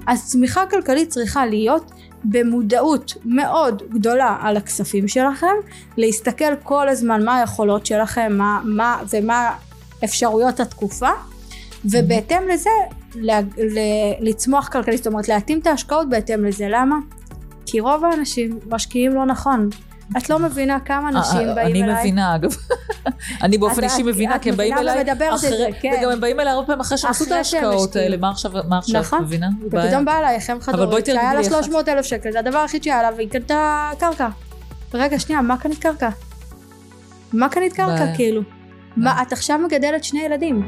אז צמיחה כלכלית צריכה להיות במודעות מאוד גדולה על הכספים שלכם, להסתכל כל הזמן מה היכולות שלכם, ומה אפשרויות התקופה, ובהתאם לזה לצמוח כלכלית, זאת אומרת להתאים את ההשקעות בהתאם לזה. למה? כי רוב האנשים משקיעים לא נכון. את לא מבינה כמה אנשים באים אליי. אני מבינה אגב. אני באופן אישי מבינה, כי הם באים אליי אחרי, וגם הם באים אליי הרבה פעמים אחרי שעשו את ההשקעות האלה. מה עכשיו מבינה? ופתאום בא אליי חם חדורית, שהיה לה 300,000 שקל, זה הדבר הכי שהיה לה, והיא קנתה קרקע. רגע, שנייה, מה קנית קרקע? מה קנית קרקע כאילו? את עכשיו מגדלת 2 ילדים.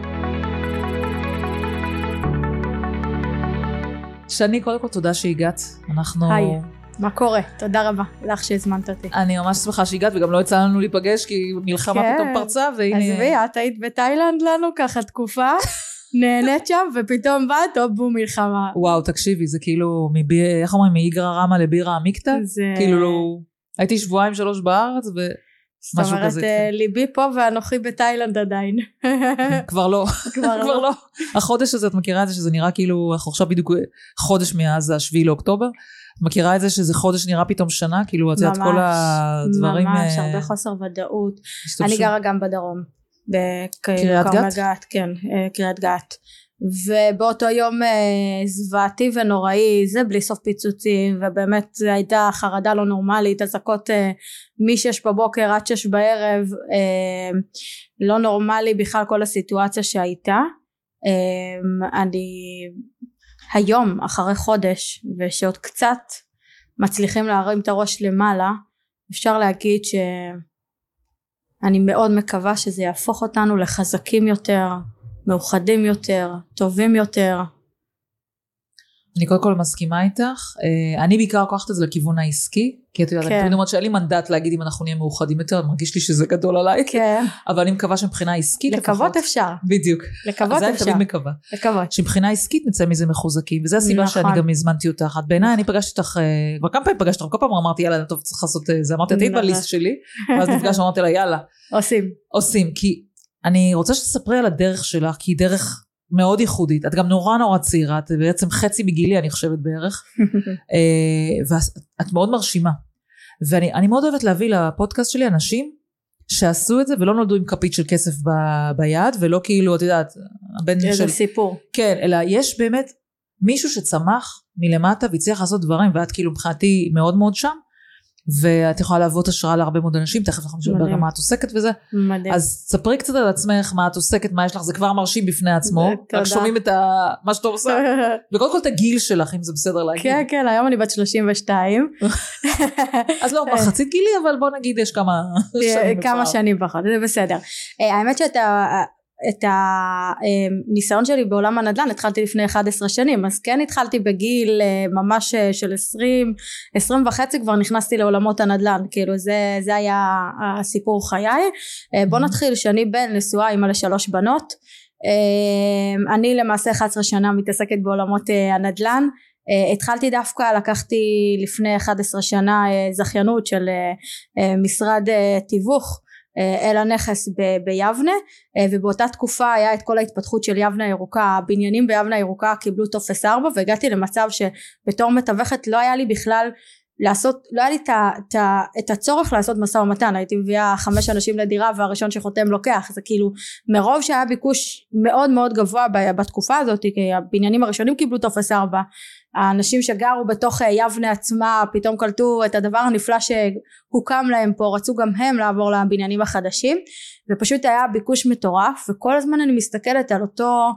שני, קודם כל תודה שהגעת. היי. מה קורה? תודה רבה לך שהזמנת אותי. אני ממש שמחה שהגעת, וגם לא יצא לנו להיפגש, כי מלחמה פתאום פרצה, והנה... אז את היית בתאילנד לנו ככה תקופה, נהנית שם, ופתאום באת, טוב בום מלחמה. וואו, תקשיבי, זה כאילו, איך אומרים, מאיגרא רמא לבירא עמיקתא? כאילו, הייתי 2-3 בארץ, זאת אומרת, ליבי פה ואנוכי בתאילנד עדיין. כבר לא. כבר לא. החודש הזה, את מכירה את זה, שזה נראה כאילו, אנחנו עכשיו בדיוק חודש מאז 7 לאוקטובר, את מכירה את זה שזה חודש נראה פתאום שנה, כאילו את יודעת כל הדברים... ממש, הרבה חוסר ודאות. אני גרה גם בדרום, בקריית גת? כן, קריית גת. ובאותו יום זוועתי ונוראי, זה בלי סוף פיצוצים, ובאמת זה הייתה חרדה לא נורמלית, אזעקות מ-6 בבוקר עד 6 בערב, לא נורמלי בכלל כל הסיטואציה שהייתה. אני היום אחרי חודש, ושעוד קצת מצליחים להרים את הראש למעלה, אפשר להגיד שאני מאוד מקווה שזה יהפוך אותנו לחזקים יותר, מאוחדים יותר, טובים יותר. אני קודם כל מסכימה איתך, אני בעיקר לקחת את זה לכיוון העסקי, כי את יודעת, אני תמיד אומרת שאין לי מנדט להגיד אם אנחנו נהיה מאוחדים יותר, אני מרגיש לי שזה גדול עליי, אבל אני מקווה שמבחינה עסקית לקוות אפשר. בדיוק. לקוות אפשר. זה אני תמיד מקווה. שמבחינה עסקית נצא מזה מחוזקים, וזו הסיבה שאני גם הזמנתי אותך. בעיניי אני פגשתי אותך, כבר כמה פעמים פגשתי אותך, כל פעם אמרתי יאללה, טוב צריך לעשות זה, אמרתי את היית בליסט שלי, ואז נפגש אמרתי לה יאללה. עושים, כי אני רוצה שתספרי על הדרך שלך, כי היא דרך מאוד ייחודית, את גם נורא צעירה, את בעצם חצי מגילי אני חושבת בערך, ואת מאוד מרשימה, ואני מאוד אוהבת להביא לפודקאסט שלי אנשים שעשו את זה, ולא נולדו עם כפית של כסף ביד, ולא כאילו, את יודעת, איזה סיפור. כן, אלא יש באמת מישהו שצמח מלמטה, והצליח לעשות דברים, ואת כאילו מבחינתי מאוד מאוד שם, ואת יכולה להוות השראה להרבה מאוד אנשים, תכף אנחנו נשאר גם מה את עוסקת וזה. מדהים. אז ספרי קצת על עצמך, מה את עוסקת, מה יש לך, זה כבר מרשים בפני עצמו, רק שומעים את מה שאתה עושה, וקודם כל את הגיל שלך, אם זה בסדר להגיד. כן, כן, היום אני בת 32. אז לא, מחצית גילי, אבל בוא נגיד יש כמה שנים. כמה שנים פחות, זה בסדר. האמת את הניסיון שלי בעולם הנדל"ן התחלתי לפני 11 שנים, אז כן התחלתי בגיל ממש של 20 וחצי כבר נכנסתי לעולמות הנדל"ן, כאילו זה היה הסיפור חיי. בוא נתחיל שאני בן נשואה אימא ל3 בנות, אני למעשה 11 שנה מתעסקת בעולמות הנדל"ן, התחלתי דווקא, לקחתי לפני 11 שנה זכיינות של משרד תיווך אל הנכס ביבנה, ובאותה תקופה היה את כל ההתפתחות של יבנה הירוקה, הבניינים ביבנה הירוקה קיבלו טופס 4, והגעתי למצב שבתור מתווכת לא היה לי בכלל לא היה לי את הצורך לעשות משא ומתן, הייתי מביאה 5 אנשים לדירה והראשון שחותם לוקח, זה כאילו מרוב שהיה ביקוש מאוד מאוד גבוה בתקופה הזאת, כי הבניינים הראשונים קיבלו טופס 4, האנשים שגרו בתוך יבנה עצמה פתאום קלטו את הדבר הנפלא שהוקם להם פה, רצו גם הם לעבור לבניינים החדשים, ופשוט היה ביקוש מטורף, וכל הזמן אני מסתכלת על אותו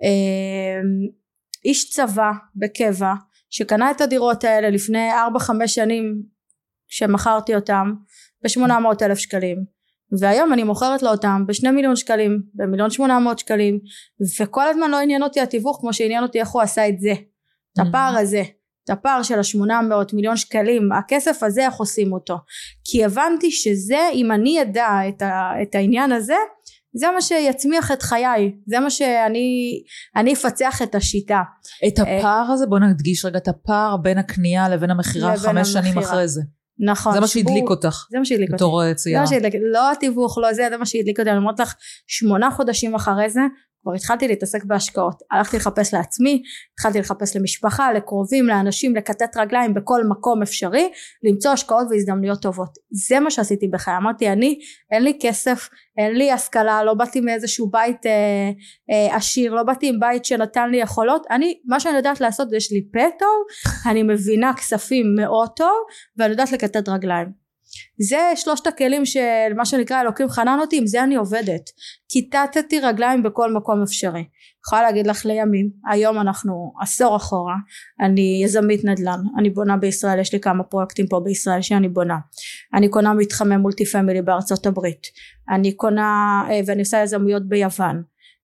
איש צבא בקבע, שקנה את הדירות האלה לפני 4-5 שנים שמכרתי אותם ב800,000 שקלים, והיום אני מוכרת לו אותם ב2 מיליון שקלים, ב1,800,000 שקלים, וכל הזמן לא עניין אותי התיווך כמו שעניין אותי איך הוא עשה את זה, את הפער הזה, את הפער של 800 מיליון שקלים, הכסף הזה איך עושים אותו, כי הבנתי שזה, אם אני ידע את העניין הזה, זה מה שיצמיח את חיי, זה מה שאני אפצח את השיטה. את הפער הזה, בוא נדגיש רגע את הפער בין הקנייה לבין המחירה 5 שנים אחרי זה. נכון. זה מה שהדליק אותך. זה מה שהדליק אותי. בתור צעירה. לא התיווך, לא זה מה שהדליק אותי, אני אומרת לך 8 חודשים אחרי זה, כבר התחלתי להתעסק בהשקעות, הלכתי לחפש לעצמי, התחלתי לחפש למשפחה, לקרובים, לאנשים, לקטט רגליים בכל מקום אפשרי, למצוא השקעות והזדמנויות טובות. זה מה שעשיתי בחיי. אמרתי, אין לי כסף, אין לי השכלה, לא באתי מאיזשהו בית עשיר, לא באתי עם בית שנתן לי יכולות, מה שאני יודעת לעשות, יש לי פה טוב, אני מבינה כספים מאוד טוב, ואני יודעת לקטט רגליים. זה 3 הכלים של מה שנקרא אלוקים חנן אותי, עם זה אני עובדת. כיתתתי רגליים בכל מקום אפשרי. יכולה להגיד לך לימים, היום אנחנו עשור אחורה, אני יזמית נדל"ן, אני בונה בישראל, יש לי כמה פרויקטים פה בישראל שאני בונה, אני קונה מתחמי מולטי פמילי בארצות הברית, אני קונה ואני עושה יזמויות ביוון,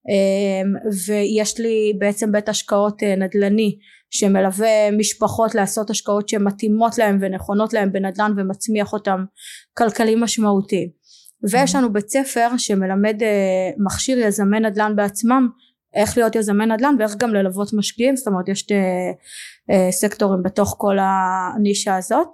ויש לי בעצם בית השקעות נדל"ני שמלווה משפחות לעשות השקעות שמתאימות להם ונכונות להם בנדל"ן ומצמיח אותם כלכלי משמעותי. ויש לנו בית ספר שמלמד מכשיר יזמי נדל"ן בעצמם איך להיות יזמי נדל"ן ואיך גם ללוות משקיעים, זאת אומרת יש סקטורים בתוך כל הנישה הזאת,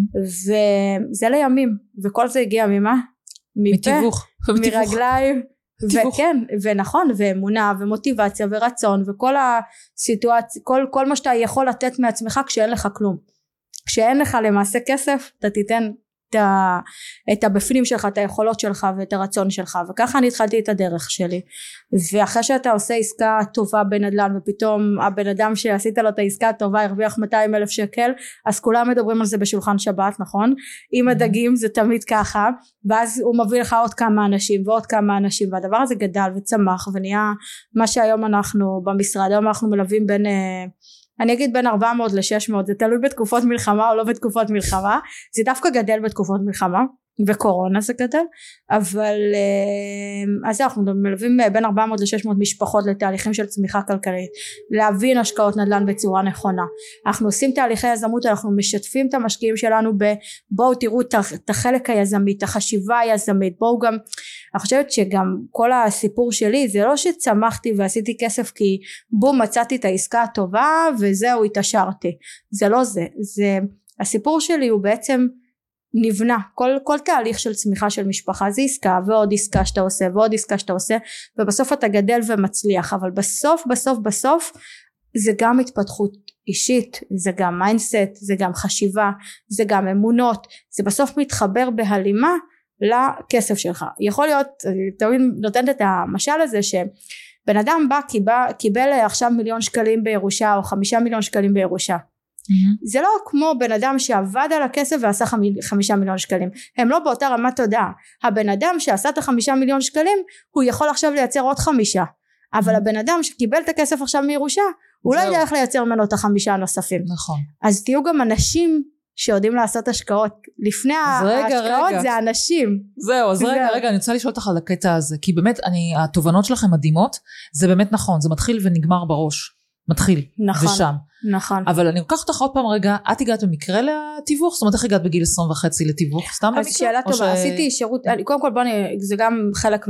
וזה לימים, וכל זה הגיע ממה? מתיווך, מרגליים, וכן, ונכון, ואמונה ומוטיבציה ורצון וכל הסיטואציה, כל מה שאתה יכול לתת מעצמך כשאין לך כלום. כשאין לך למעשה כסף, אתה תיתן את הבפנים שלך, את היכולות שלך ואת הרצון שלך, וככה אני התחלתי את הדרך שלי. ואחרי שאתה עושה עסקה טובה בנדל"ן ופתאום הבן אדם שעשית לו את העסקה הטובה הרוויח 200,000 שקל, אז כולם מדברים על זה בשולחן שבת, נכון? עם הדגים זה תמיד ככה, ואז הוא מביא לך עוד כמה אנשים ועוד כמה אנשים, והדבר הזה גדל וצמח ונהיה מה שהיום אנחנו במשרד. היום אנחנו מלווים אני אגיד בין 400 ל-600, זה תלוי בתקופות מלחמה או לא בתקופות מלחמה, זה דווקא גדל בתקופות מלחמה וקורונה זה גדל, אבל אז אנחנו מלווים בין 400 ל-600 משפחות לתהליכים של צמיחה כלכלית, להבין השקעות נדל"ן בצורה נכונה. אנחנו עושים תהליכי יזמות, אנחנו משתפים את המשקיעים שלנו בואו תראו את החלק היזמי, את החשיבה היזמית, בואו גם, אני חושבת שגם כל הסיפור שלי זה לא שצמחתי ועשיתי כסף כי בום מצאתי את העסקה הטובה וזהו התעשרתי, זה לא זה, הסיפור שלי הוא בעצם נבנה, כל תהליך של צמיחה של משפחה זה עסקה ועוד עסקה שאתה עושה ועוד עסקה שאתה עושה, ובסוף אתה גדל ומצליח, אבל בסוף זה גם התפתחות אישית, זה גם מיינדסט, זה גם חשיבה, זה גם אמונות, זה בסוף מתחבר בהלימה לכסף שלך. יכול להיות, תמיד נותנת את המשל הזה שבן אדם קיבל עכשיו 1,000,000 שקלים בירושה או 5 מיליון שקלים בירושה, זה לא כמו בן אדם שעבד על הכסף ועשה 5 מיליון שקלים, הם לא באותה רמת תודעה. הבן אדם שעשה את 5 מיליון שקלים הוא יכול עכשיו לייצר עוד 5, אבל הבן אדם שקיבל את הכסף עכשיו מירושה הוא לא יודע איך לייצר ממנו את 5 הנוספים. נכון. אז תהיו גם אנשים שיודעים לעשות השקעות לפני ההשקעות, זה אנשים. זהו, אז רגע, אני רוצה לשאול אותך על הקטע הזה, כי באמת התובנות שלכם מדהימות, זה באמת נכון, זה מתחיל ונגמר בראש, מתחיל, נכון, ושם. נכון. אבל אני אקח אותך עוד פעם רגע, את הגעת במקרה לתיווך? זאת אומרת, איך הגעת בגיל 20.5 לתיווך? סתם במקרה? אז שאלה טובה, עשיתי שירות, קודם כל זה גם חלק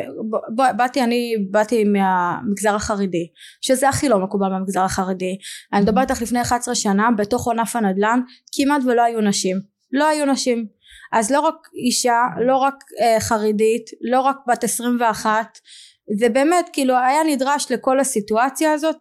באתי מהמגזר החרדי, שזה הכי לא מקובל במגזר החרדי. אני מדברת לך לפני 11 שנה, בתוך ענף הנדל"ן, כמעט ולא היו נשים. לא היו נשים. אז לא רק אישה, לא רק חרדית, לא רק בת 21, זה באמת כאילו היה נדרש לכל הסיטואציה הזאת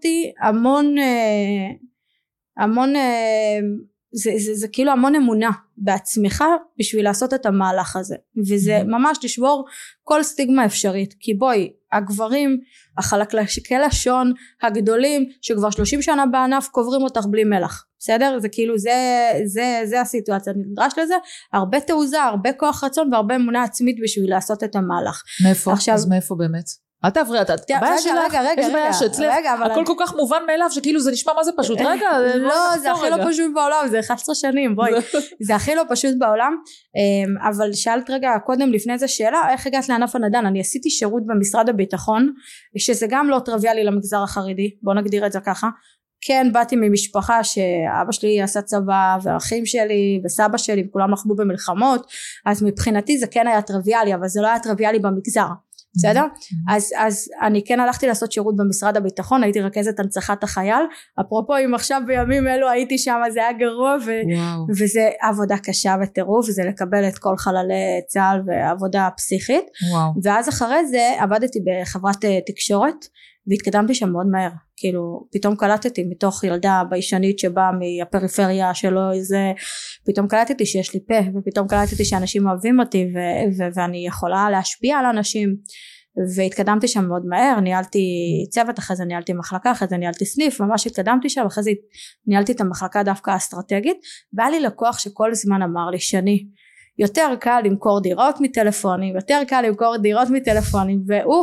המון זה כאילו המון אמונה בעצמך בשביל לעשות את המהלך הזה, וזה ממש לשבור כל סטיגמה אפשרית. כי בואי, הגברים החלקלקי לשון הגדולים שכבר 30 שנה בענף קוברים אותך בלי מלח, בסדר? זה כאילו זה הסיטואציה, נדרש לזה הרבה תעוזה, הרבה כוח רצון והרבה אמונה עצמית בשביל לעשות את המהלך. מאיפה? אז מאיפה באמת? אל תעברי, הבעיה שלך, יש בעיה שאצלך, הכל כל כך מובן מאליו שכאילו זה נשמע מה זה פשוט, רגע, לא, זה הכי לא פשוט בעולם, זה 11 שנים, בואי, זה הכי לא פשוט בעולם. אבל שאלת רגע קודם לפני זה שאלה, איך הגעת לענף הנדל"ן? אני עשיתי שירות במשרד הביטחון, שזה גם לא טריוויאלי למגזר החרדי, בוא נגדיר את זה ככה. כן, באתי ממשפחה שאבא שלי עשה צבא והאחים שלי וסבא שלי וכולם לחמו במלחמות, אז מבחינתי זה כן היה טריוויאלי, אבל זה לא היה טריוויאלי במגזר. בסדר? אז אני כן הלכתי לעשות שירות במשרד הביטחון, הייתי רכזת הנצחת החייל. אפרופו אם עכשיו בימים אלו הייתי שם, זה היה גרוע וזה עבודה קשה וטירוף, זה לקבל את כל חללי צה"ל ועבודה פסיכית. ואז אחרי זה עבדתי בחברת תקשורת, והתקדמתי שם מאוד מהר, כאילו פתאום קלטתי מתוך ילדה ביישנית שבאה מהפריפריה שלו איזה, פתאום קלטתי שיש לי פה, ופתאום קלטתי שאנשים אוהבים אותי ואני יכולה להשפיע על אנשים, והתקדמתי שם מאוד מהר, ניהלתי צוות, אחרי זה ניהלתי מחלקה, אחרי זה ניהלתי סניף, ממש התקדמתי שם, אחרי זה ניהלתי את המחלקה דווקא האסטרטגית, והיה לי לקוח שכל זמן אמר לי שני, יותר קל למכור דירות מטלפונים, יותר קל למכור דירות מטלפונים, והוא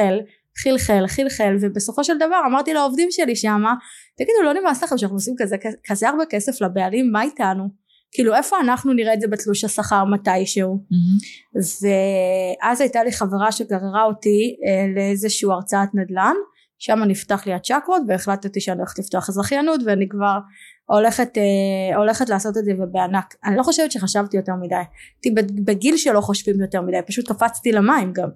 חלחל, ובסופו של דבר אמרתי לעובדים שלי שמה, תגידו, לא נמאס לכם שאנחנו עושים כזה הרבה כסף לבעלים, מה איתנו? כאילו איפה אנחנו נראה את זה בתלוש השכר מתישהו? ואז הייתה לי חברה שגררה אותי לאיזשהו הרצאת נדל"ן, שם נפתח לי הצ'קרות, והחלטתי שאני הולכת לפתוח אזרחיינות, ואני כבר הולכת לעשות את זה בענק. אני לא חושבת שחשבתי יותר מדי, הייתי בגיל שלא חושבים יותר מדי, פשוט קפצתי למים גם.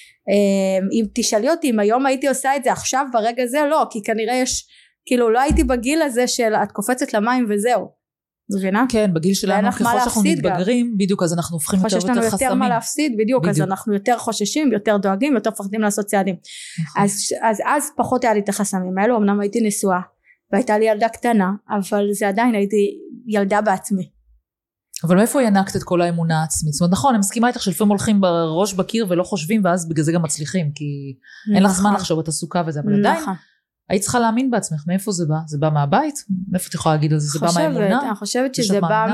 אם תשאלי אותי אם היום הייתי עושה את זה עכשיו ברגע זה, לא, כי כנראה יש, כאילו לא הייתי בגיל הזה של את קופצת למים וזהו, מבינה? כן, בגיל שלנו ככל שאנחנו מתבגרים, בדיוק, אז אנחנו הופכים יותר ויותר חסמים. יש לנו יותר מה להפסיד, בדיוק, אז אנחנו יותר חוששים, יותר דואגים, יותר פחדים לעשות צעדים. אז פחות היה לי את החסמים האלו, אמנם הייתי נשואה, והייתה לי ילדה קטנה, אבל זה עדיין הייתי ילדה בעצמי. אבל מאיפה ינקת את כל האמונה העצמית? זאת אומרת, נכון, אני מסכימה איתך שלפעמים הולכים בראש בקיר ולא חושבים, ואז בגלל זה גם מצליחים, כי אין לך זמן לחשוב, את עסוקה וזה, אבל עדיין היית צריכה להאמין בעצמך. מאיפה זה בא? זה בא מהבית? מאיפה את יכולה להגיד על זה? זה בא מהאמונה? אני חושבת שזה בא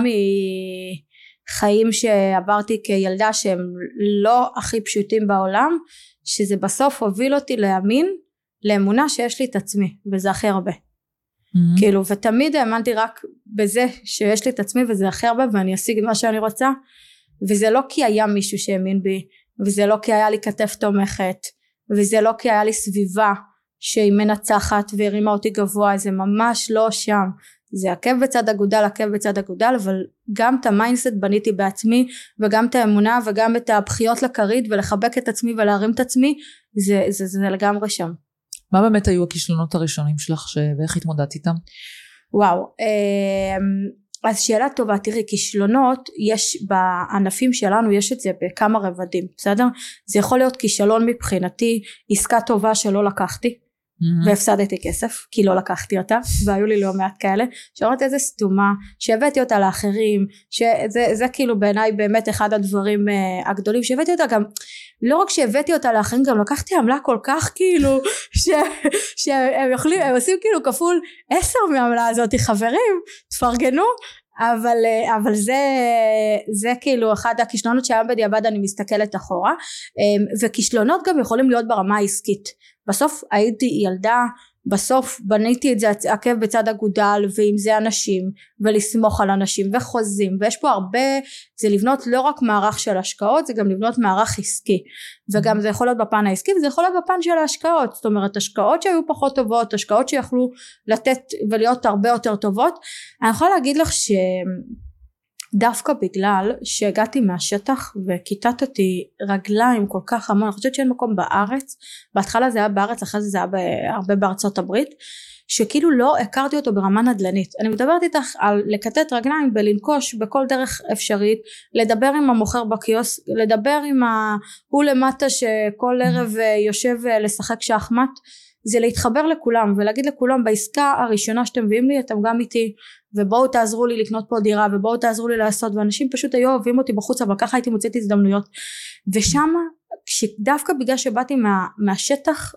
מחיים שעברתי כילדה שהם לא הכי פשוטים בעולם, שזה בסוף הוביל אותי להאמין, לאמונה שיש לי את עצמי, וזה הכי הרבה. כאילו, ותמיד האמנתי רק בזה שיש לי את עצמי וזה הכי הרבה, ואני אשיג מה שאני רוצה, וזה לא כי היה מישהו שהאמין בי, וזה לא כי היה לי כתף תומכת, וזה לא כי היה לי סביבה שהיא מנצחת והרימה אותי גבוה, זה ממש לא שם. זה עקב בצד אגודל, אבל גם את המיינדסט בניתי בעצמי, וגם את האמונה, וגם את הבחיות לכרית, ולחבק את עצמי ולהרים את עצמי, זה לגמרי שם. מה באמת היו הכישלונות הראשונים שלך, ואיך התמודדת איתם? וואו, אז שאלה טובה. תראי, כישלונות יש בענפים שלנו, יש את זה בכמה רבדים, בסדר? זה יכול להיות כישלון מבחינתי, עסקה טובה שלא לקחתי, והפסדתי כסף כי לא לקחתי אותה, והיו לי לא מעט כאלה שאומרת איזה סתומה, שהבאתי אותה לאחרים, שזה כאילו בעיניי באמת אחד הדברים הגדולים, שהבאתי אותה גם, לא רק שהבאתי אותה לאחרים, גם לקחתי עמלה כל כך כאילו שהם יכולים, הם עושים כאילו כפול 10 מהעמלה הזאת, חברים תפרגנו, אבל זה כאילו אחד הכישלונות שהיום בדיעבד אני מסתכלת אחורה, וכישלונות גם יכולים להיות ברמה העסקית. בסוף הייתי ילדה, בסוף בניתי את זה עקב בצד אגודל, ועם זה אנשים, ולסמוך על אנשים וחוזים, ויש פה הרבה, זה לבנות לא רק מערך של השקעות, זה גם לבנות מערך עסקי, וגם זה יכול להיות בפן העסקי, וזה יכול להיות בפן של ההשקעות, זאת אומרת השקעות שהיו פחות טובות, השקעות שיכלו לתת ולהיות הרבה יותר טובות. אני יכולה להגיד לך דווקא בגלל שהגעתי מהשטח וכיתתתי רגליים כל כך המון, אני חושבת שאין מקום בארץ, בהתחלה זה היה בארץ, אחרי זה היה הרבה בארצות הברית, שכאילו לא הכרתי אותו ברמה נדל"נית. אני מדברת איתך על לקטט רגליים ולנקוש בכל דרך אפשרית, לדבר עם המוכר בקיוסק, לדבר עם הוא למטה שכל ערב יושב לשחק שחמט, זה להתחבר לכולם ולהגיד לכולם בעסקה הראשונה שאתם מביאים לי אתם גם איתי, ובואו תעזרו לי לקנות פה דירה, ובואו תעזרו לי לעשות, ואנשים פשוט היו אוהבים אותי בחוץ, אבל ככה הייתי מוצאת הזדמנויות. ושם דווקא בגלל שבאתי מהשטח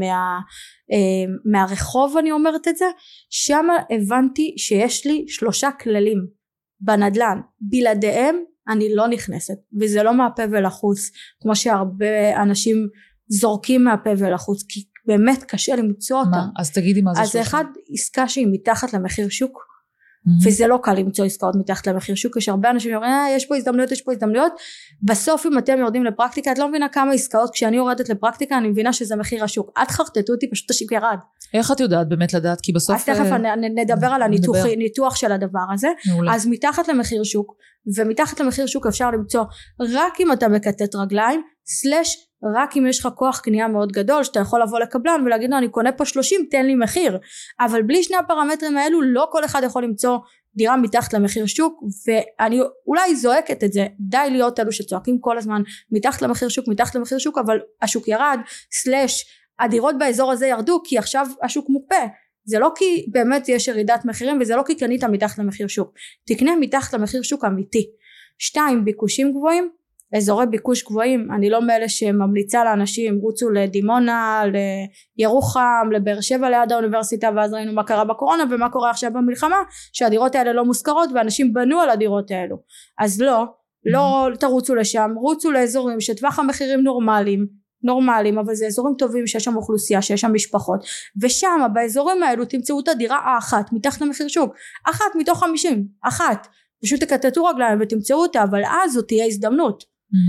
מהרחוב, אני אומרת את זה, שם הבנתי שיש לי 3 כללים בנדל"ן, בלעדיהם אני לא נכנסת, וזה לא מהפה ולחוץ כמו שהרבה אנשים זורקים מהפה ולחוץ, כי באמת קשה למצוא אותם. אז תגידי מה זה 3? אז אחד, עסקה שהיא מתחת למחיר שוק, וזה לא קל למצוא עסקאות מתחת למחיר שוק, יש הרבה אנשים שאומרים יש פה הזדמנויות, בסוף אם אתם יורדים לפרקטיקה, את לא מבינה כמה עסקאות, כשאני יורדת לפרקטיקה אני מבינה שזה מחיר השוק, את חרטטו אותי, פשוט השוק ירד. איך את יודעת באמת לדעת? כי בסוף אז תכף נדבר על הניתוח של הדבר הזה. אז מתחת למחיר שוק, ומתחת למחיר שוק אפשר למצוא רק אם אתה מקטט רגליים, רק אם יש לך כוח קנייה מאוד גדול, שאתה יכול לבוא לקבלן ולהגיד לו אני קונה פה 30 תן לי מחיר, אבל בלי שני הפרמטרים האלו לא כל אחד יכול למצוא דירה מתחת למחיר שוק, ואני אולי זועקת את זה, די להיות אלו שצועקים כל הזמן מתחת למחיר שוק, אבל השוק ירד, הדירות באזור הזה ירדו כי עכשיו השוק מוקפא, זה לא כי באמת יש ירידת מחירים, וזה לא כי קנית מתחת למחיר שוק, תקנה מתחת למחיר שוק אמיתי. 2, ביקושים גבוהים, אזורי ביקוש גבוהים, אני לא מאלה שממליצה לאנשים רוצו לדימונה, לירוחם, לבאר שבע ליד האוניברסיטה, ואז ראינו מה קרה בקורונה ומה קורה עכשיו במלחמה, שהדירות האלה לא מושכרות ואנשים בנו על הדירות האלו. אז לא תרוצו לשם, רוצו לאזורים שטווח המחירים נורמליים, אבל זה אזורים טובים שיש שם אוכלוסייה, שיש שם משפחות, ושם באזורים האלו תמצאו את הדירה האחת מתחת למחיר שוק, 1 מתוך 50, פשוט תקטטו רגליים ותמצאו אותה, אבל אז זאת תהיה הזדמנות.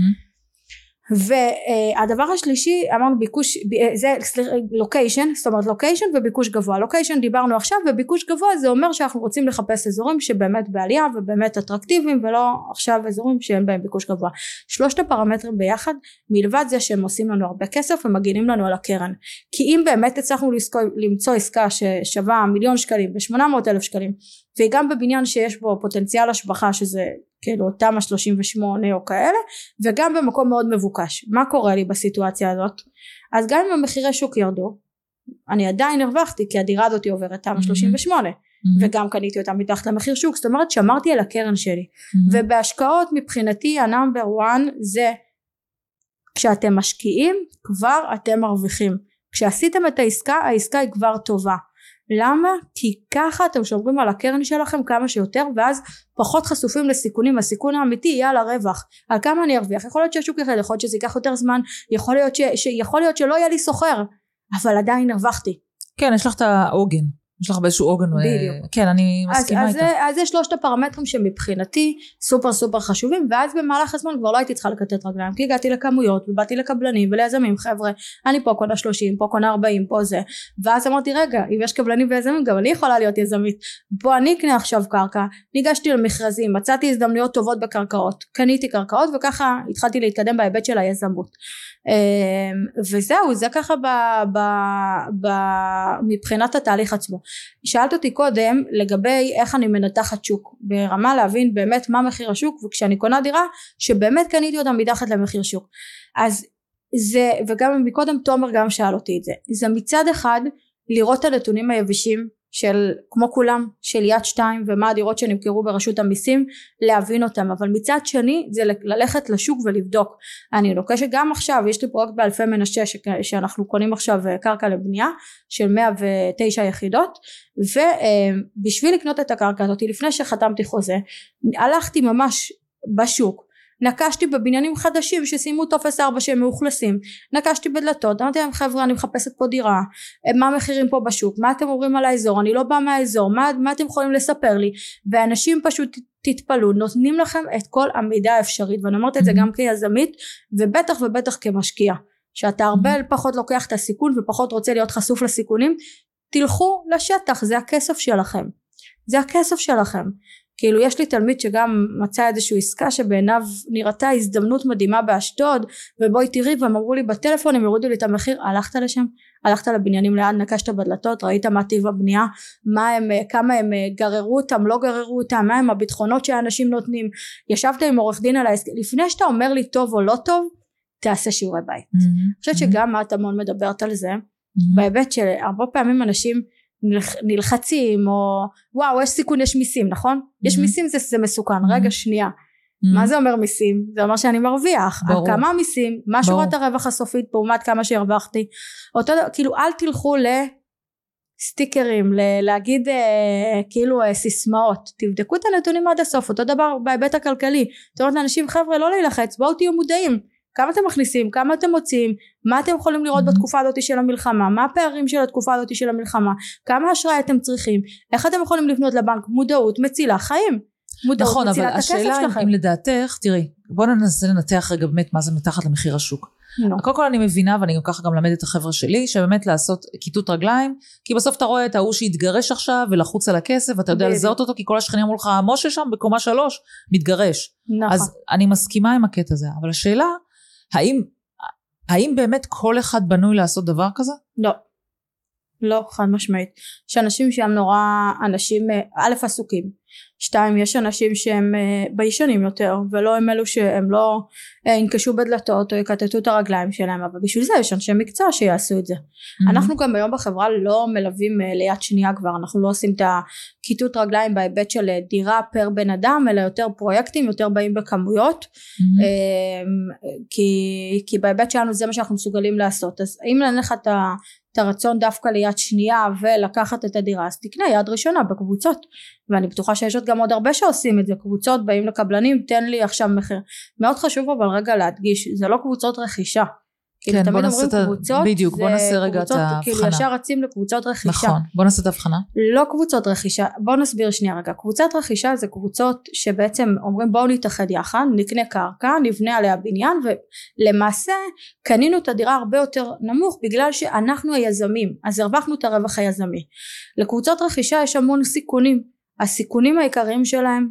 והדבר השלישי אמרנו ביקוש, זה לוקיישן, זאת אומרת לוקיישן וביקוש גבוה. לוקיישן דיברנו עכשיו, וביקוש גבוה זה אומר שאנחנו רוצים לחפש אזורים שבאמת בעלייה ובאמת אטרקטיביים, ולא עכשיו אזורים שאין בהם ביקוש גבוה. 3 הפרמטרים ביחד, מלבד זה שהם עושים לנו הרבה כסף ומגינים לנו על הקרן, כי אם באמת הצלחנו למצוא עסקה ששווה 1,000,000 שקלים ב800,000 שקלים, וגם בבניין שיש בו פוטנציאל השבחה, שזה כאילו תמ"א 38 או כאלה, וגם במקום מאוד מבוקש, מה קורה לי בסיטואציה הזאת? אז גם אם המחירי שוק ירדו, אני עדיין הרווחתי, כי הדירה הזאת עוברת תמ"א 38, וגם קניתי אותה מתחת למחיר שוק, זאת אומרת שמרתי על הקרן שלי. ובהשקעות מבחינתי הנאמבר 1 זה, כשאתם משקיעים כבר אתם מרוויחים, כשעשיתם את העסקה היא כבר טובה. למה? כי ככה אתם שומרים על הקרן שלכם כמה שיותר, ואז פחות חשופים לסיכונים. הסיכון האמיתי יהיה על הרווח, על כמה אני ארוויח. יכול להיות שהשוק יחד, יכול להיות שזה ייקח יותר זמן, יכול להיות שלא יהיה לי סוחר, אבל עדיין הרווחתי. כן, יש לך את העוגן, יש לך באיזשהו עוגן. בדיוק. כן, אני מסכימה איתך. אז יש 3 הפרמטרים שמבחינתי סופר חשובים, ואז במהלך הזמן כבר לא הייתי צריכה לקטט רגליים, כי הגעתי לכמויות ובאתי לקבלנים וליזמים, חבר'ה אני פה קונה 30, פה קונה 40, פה זה, ואז אמרתי רגע, אם יש קבלנים ויזמים גם אני יכולה להיות יזמית, בוא אני אקנה עכשיו קרקע. ניגשתי למכרזים, מצאתי הזדמנויות טובות בקרקעות, קניתי קרקעות, וככה התחלתי להתקדם בהיבט של היזמות. וזהו, זה ככה מבחינת התהליך עצמו. שאלת אותי קודם לגבי איך אני מנתחת שוק, ברמה להבין באמת מה מחיר השוק, וכשאני קונה דירה שבאמת קניתי אותה מתחת למחיר שוק, אז זה, וגם מקודם תומר גם שאל אותי את זה, זה מצד אחד לראות את הנתונים היבשים של כמו כולם של יד 2 ומה הדירות שנמכרו ברשות המיסים, להבין אותם, אבל מצד שני זה ללכת לשוק ולבדוק. אני לוקשת גם עכשיו, יש לי פרויקט באלפי מנשה שאנחנו קונים עכשיו קרקע לבנייה של 109 יחידות, ובשביל לקנות את הקרקע הזאת לפני שחתמתי חוזה הלכתי ממש בשוק, נקשתי בבניינים חדשים שסיימו טופס 4 שהם מאוכלסים, נקשתי בדלתות, אמרתי להם חבר'ה אני מחפשת פה דירה, מה המחירים פה בשוק, מה אתם אומרים על האזור, אני לא באה מהאזור, מה אתם יכולים לספר לי, ואנשים פשוט תתפלו, נותנים לכם את כל המידע האפשרי, ואני אומרת את זה גם כיזמית ובטח כמשקיע, שאתה הרבה פחות לוקח את הסיכון ופחות רוצה להיות חשוף לסיכונים, תלכו לשטח, זה הכסף שלכם. כאילו יש לי תלמיד שגם מצא איזושהי עסקה שבעיניו נראתה הזדמנות מדהימה באשדוד, ובואי תראי, והם אמרו לי בטלפון, הם יורידו לי את המחיר, הלכת לשם, הלכת לבניינים ליד, נקשת בדלתות, ראית מה טיב הבנייה, כמה הם גררו אותם, לא גררו אותם, מה הם הביטחונות שהאנשים נותנים, ישבת עם עורך דין על העסק, לפני שאתה אומר לי טוב או לא טוב, תעשה שיעורי בית. אני חושבת שגם את המון מדברת על זה, בהיבט של הרבה פעמים אנשים נלחצים, או וואו יש סיכון, יש מיסים, נכון? יש מיסים, זה מסוכן. רגע שנייה, מה זה אומר מיסים? זה אומר שאני מרוויח. על כמה מיסים, מה שורת הרווח הסופית לעומת כמה שהרווחתי, כאילו אל תלכו לסטיקרים, להגיד כאילו סיסמאות, תבדקו את הנתונים עד הסוף. אותו דבר בהיבט הכלכלי, זאת אומרת לאנשים חבר'ה לא להילחץ, בואו תהיו מודעים, כמה אתם מכניסים, כמה אתם מוצאים, מה אתם יכולים לראות בתקופה הזאת של המלחמה, מה הפערים של התקופה הזאת של המלחמה, כמה אשראי אתם צריכים, איך אתם יכולים לפנות לבנק, מודעות מצילה חיים, מודעות נכון, מצילה את הכסף שלכם. נכון, אבל השאלה אם לדעתך, תראי, בוא ננסה לנתח רגע באמת מה זה מתחת למחיר השוק. קודם כל אני מבינה, ואני גם ככה גם למדת את החבר'ה שלי, שבאמת לעשות כיתות רגליים, כי בסוף אתה רואה את ההוא שהתגרש עכשיו, ולחוץ על הכסף, ואתה יודע לזהות אותו, כי כל השכנים אמרו לך, משה שם בקומה 3, מתגרש. אז אני מסכימה עם הקטע הזה, אבל השאלה האם באמת כל אחד בנוי לעשות דבר כזה? לא, חד משמעית. יש אנשים שהם נורא, אנשים א' עסוקים, 2 יש אנשים שהם ביישנים יותר, ולא הם אלו שהם לא ינקשו בדלתות או יקטטו את הרגליים שלהם, אבל בשביל זה יש אנשי מקצוע שיעשו את זה. אנחנו גם היום בחברה לא מלווים ליד שנייה כבר, אנחנו לא עושים את הכיתות רגליים בהיבט של דירה פר בן אדם, אלא יותר פרויקטים, יותר באים בכמויות, כי בהיבט שלנו זה מה שאנחנו מסוגלים לעשות. אז אם נניח את הרצון דווקא ליד שנייה ולקחת את הדירה, אז תקנה יד ראשונה בקבוצות, ואני בטוחה שיש עוד גם עוד הרבה שעושים את זה, קבוצות באים לקבלנים, תן לי עכשיו מחיר. מאוד חשוב אבל רגע להדגיש, זה לא קבוצות רכישה, כן, תמיד אומרים קבוצות, בדיוק, בוא נעשה רגע את ההבחנה. כאילו ישר רצים לקבוצות רכישה. נכון, בוא נעשה את ההבחנה. לא קבוצות רכישה, בוא נסביר שנייה רגע. קבוצת רכישה זה קבוצות שבעצם אומרים בואו נתאחד יחד, נקנה קרקע, נבנה עליה בניין, ולמעשה קנינו את הדירה הרבה יותר נמוך, בגלל שאנחנו היזמים, אז הרווחנו את הרווח היזמי. לקבוצות רכישה יש המון סיכונים, הסיכונים העיקריים שלהם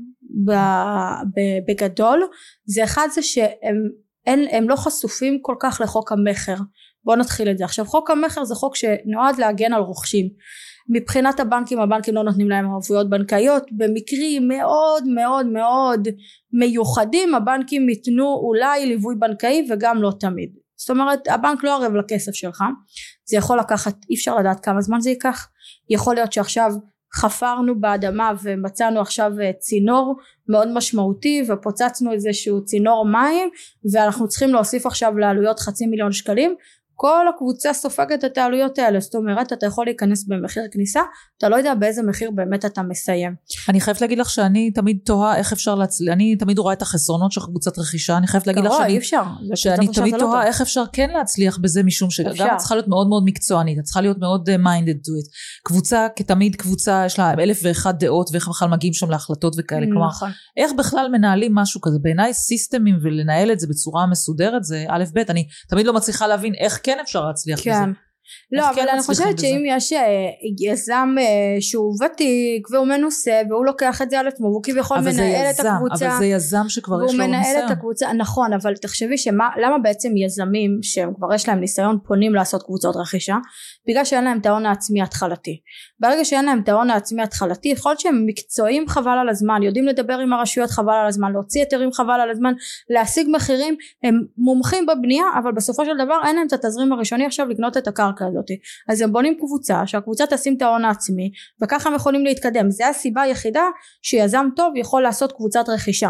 בגדול, זה אחד זה שהם הם לא חשופים כל כך לחוק המחר. בואו נתחיל את זה. עכשיו חוק המחר זה חוק שנועד להגן על רוכשים. מבחינת הבנקים לא נותנים להם ערבויות בנקאיות, במקרים מאוד מאוד מאוד מיוחדים הבנקים ייתנו אולי ליווי בנקאי וגם לא תמיד. זאת אומרת הבנק לא ערב לכסף שלך, זה יכול לקחת, אי אפשר לדעת כמה זמן זה ייקח, יכול להיות שעכשיו חפרנו באדמה ומצאנו עכשיו צינור מאוד משמעותי ופוצצנו איזשהו צינור מים ואנחנו צריכים להוסיף עכשיו לעלויות 500,000 שקלים, כל הקבוצה סופגת את העלויות האלה, זאת אומרת אתה יכול להיכנס במחיר כניסה, אתה לא יודע באיזה מחיר באמת אתה מסיים. אני חייבת להגיד לך שאני תמיד תוהה איך אפשר להצליח, אני תמיד רואה את החסרונות של קבוצת רכישה, אני חייבת להגיד לך שאני תמיד תוהה איך אפשר כן להצליח בזה, משום שגם את צריכה להיות מאוד מאוד מקצוענית, את צריכה להיות מאוד minded to it, קבוצה כתמיד קבוצה יש לה 1001 דעות ואיך בכלל מגיעים שם להחלטות וכאלה, כלומר איך בכלל מנהלים משהו כזה, בעיניי סיסטמים ולנהל את זה בצורה מסודרת זה א' ב', אני תמיד לא מצליחה להבין איך כן אפשר להצליח בזה. לא, אבל אני חושבת שאם יש יזם שהוא ותיק והוא מנוסה והוא לוקח את זה על עצמו והוא כביכול מנהל את הקבוצה, אבל זה יזם שכבר יש לו ניסיון. נכון, אבל תחשבי למה בעצם יזמים שהם כבר יש להם ניסיון פונים לעשות קבוצות רכישה, בגלל שאין להם את ההון העצמי התחלתי. ברגע שאין להם את ההון העצמי התחלתי, יכול להיות שהם מקצועיים חבל על הזמן, יודעים לדבר עם הרשויות חבל על הזמן, להוציא היתרים חבל על הזמן, להשיג מחירים, הם מומחים בבנייה, אבל בסופו של דבר אין להם את התזרים הראשוני עכשיו לקנות את הקרקע הזאת. אז הם בונים קבוצה, שהקבוצה תשים את ההון העצמי, וככה הם יכולים להתקדם. זה הסיבה היחידה שיזם טוב יכול לעשות קבוצת רכישה.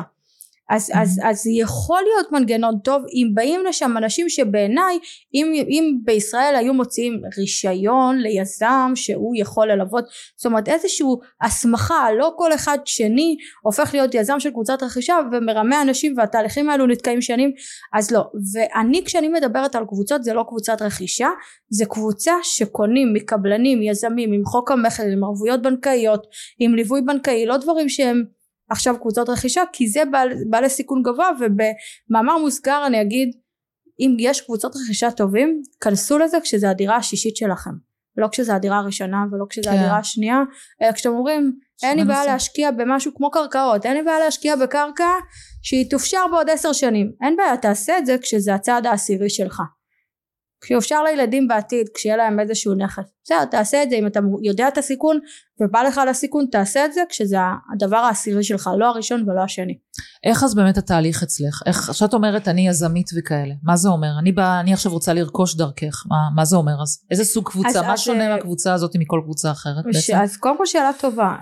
אז יכול להיות מנגנון טוב אם באים לשם אנשים שבעיניי אם בישראל היו מוציאים רישיון ליזם שהוא יכול ללוות, זאת אומרת איזשהו הסמכה, לא כל אחד שני הופך להיות יזם של קבוצת רכישה ומרמה אנשים והתהליכים האלו נתקעים שנים, אז לא. ואני כשאני מדברת על קבוצות זה לא קבוצת רכישה, זה קבוצה שקונים מקבלנים יזמים עם חוק המחר, עם ערבויות בנקאיות, עם ליווי בנקאי, לא דברים שהם עכשיו קבוצות רכישה, כי זה בעלי סיכון גבוה. ובמאמר מוסגר אני אגיד, אם יש קבוצות רכישה טובים, כנסו לזה כשזה הדירה השישית שלכם, לא כשזה הדירה הראשונה ולא כשזה הדירה השנייה, אלא כשאתם אומרים אין לי בעיה להשקיע במשהו כמו קרקעות, אין לי בעיה להשקיע בקרקע שהיא תופשר בעוד 10 שנים, אין בעיה, תעשה את זה כשזה הצעד העשירי שלך, כשיופשר לילדים בעתיד, כשיהיה להם איזשהו נכס. בסדר, תעשה את זה, אם אתה יודע את הסיכון ובא לך לסיכון, תעשה את זה כשזה הדבר העשירי שלך, לא הראשון ולא השני. איך אז באמת התהליך אצלך? איך, שאת אומרת אני יזמית וכאלה, מה זה אומר? אני עכשיו רוצה לרכוש דרכך, מה זה אומר אז? איזה סוג קבוצה? מה שונה מהקבוצה הזאת מכל קבוצה אחרת? אז קודם כל שאלה טובה,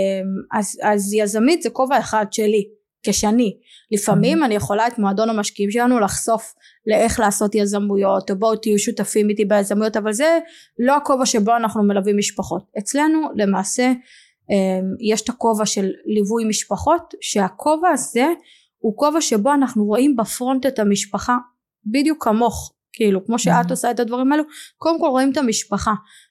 אז יזמית זה כובע אחד שלי, כשני. לפעמים אני יכולה את מועדון המשקיעים שלנו לחשוף לאיך לעשות יזמויות, או בואו תהיו שותפים איתי ביזמויות, אבל זה לא הכובע שבו אנחנו מלווים משפחות. אצלנו למעשה יש את הכובע של ליווי משפחות, שהכובע הזה הוא כובע שבו אנחנו רואים בפרונט את המשפחה, בדיוק כמוך, כאילו כמו שאת עושה את הדברים האלו, קודם כל רואים את המשפחה,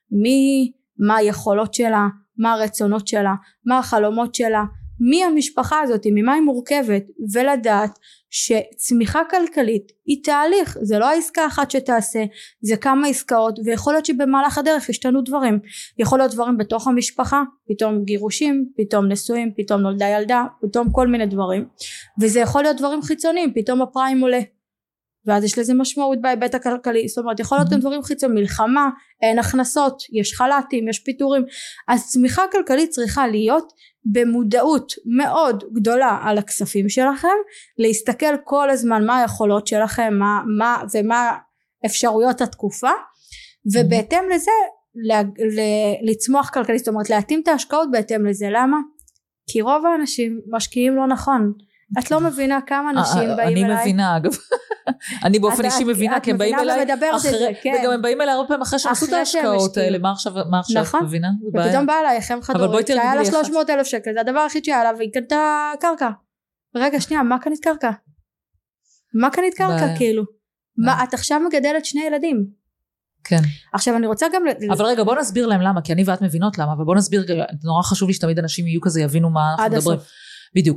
מה היכולות שלה, מה הרצונות שלה, מה החלומות שלה, מי המשפחה הזאת, ממה היא מורכבת, ולדעת שצמיחה כלכלית היא תהליך, זה לא העסקה אחת שתעשה, זה כמה עסקאות, ויכול להיות שבמהלך הדרך ישתנו דברים, יכול להיות דברים בתוך המשפחה, פתאום גירושים, פתאום נשואים, פתאום נולדה ילדה, פתאום כל מיני דברים, וזה יכול להיות דברים חיצוניים, פתאום הפריים עולה, ואז יש לזה משמעות בהיבט הכלכלי, זאת אומרת יכול להיות גם דברים חיצוניים, מלחמה, אין הכנסות, יש חל"תים, יש פיטורים, אז צמיחה כלכלית צריכה להיות במודעות מאוד גדולה על הכספים שלכם, להסתכל כל הזמן מה היכולות שלכם, ומה אפשרויות התקופה, ובהתאם לזה לצמוח כלכלית, זאת אומרת להתאים את ההשקעות בהתאם לזה. למה? כי רוב האנשים משקיעים לא נכון. את לא מבינה כמה אנשים באים אליי. אני מבינה אגב. אני באופן אישי מבינה, כי הם באים אליי וגם הם באים אליי הרבה פעמים אחרי שעשו את ההשקעות האלה. מה עכשיו את מבינה? ופתאום באה אליי חם חדורית שהיה לה 300,000 שקל, זה הדבר הכי שהיה לה, והיא קנתה קרקע. רגע שנייה, מה קנית קרקע? מה קנית קרקע כאילו? את עכשיו מגדלת 2 ילדים. כן. עכשיו אני רוצה גם אבל רגע בוא נסביר להם למה, כי אני ואת מבינות למה, אבל בוא נסביר, נורא חשוב לי שתמיד אנשים יהיו כזה, יבינו מה אנחנו מדברים. בדיוק.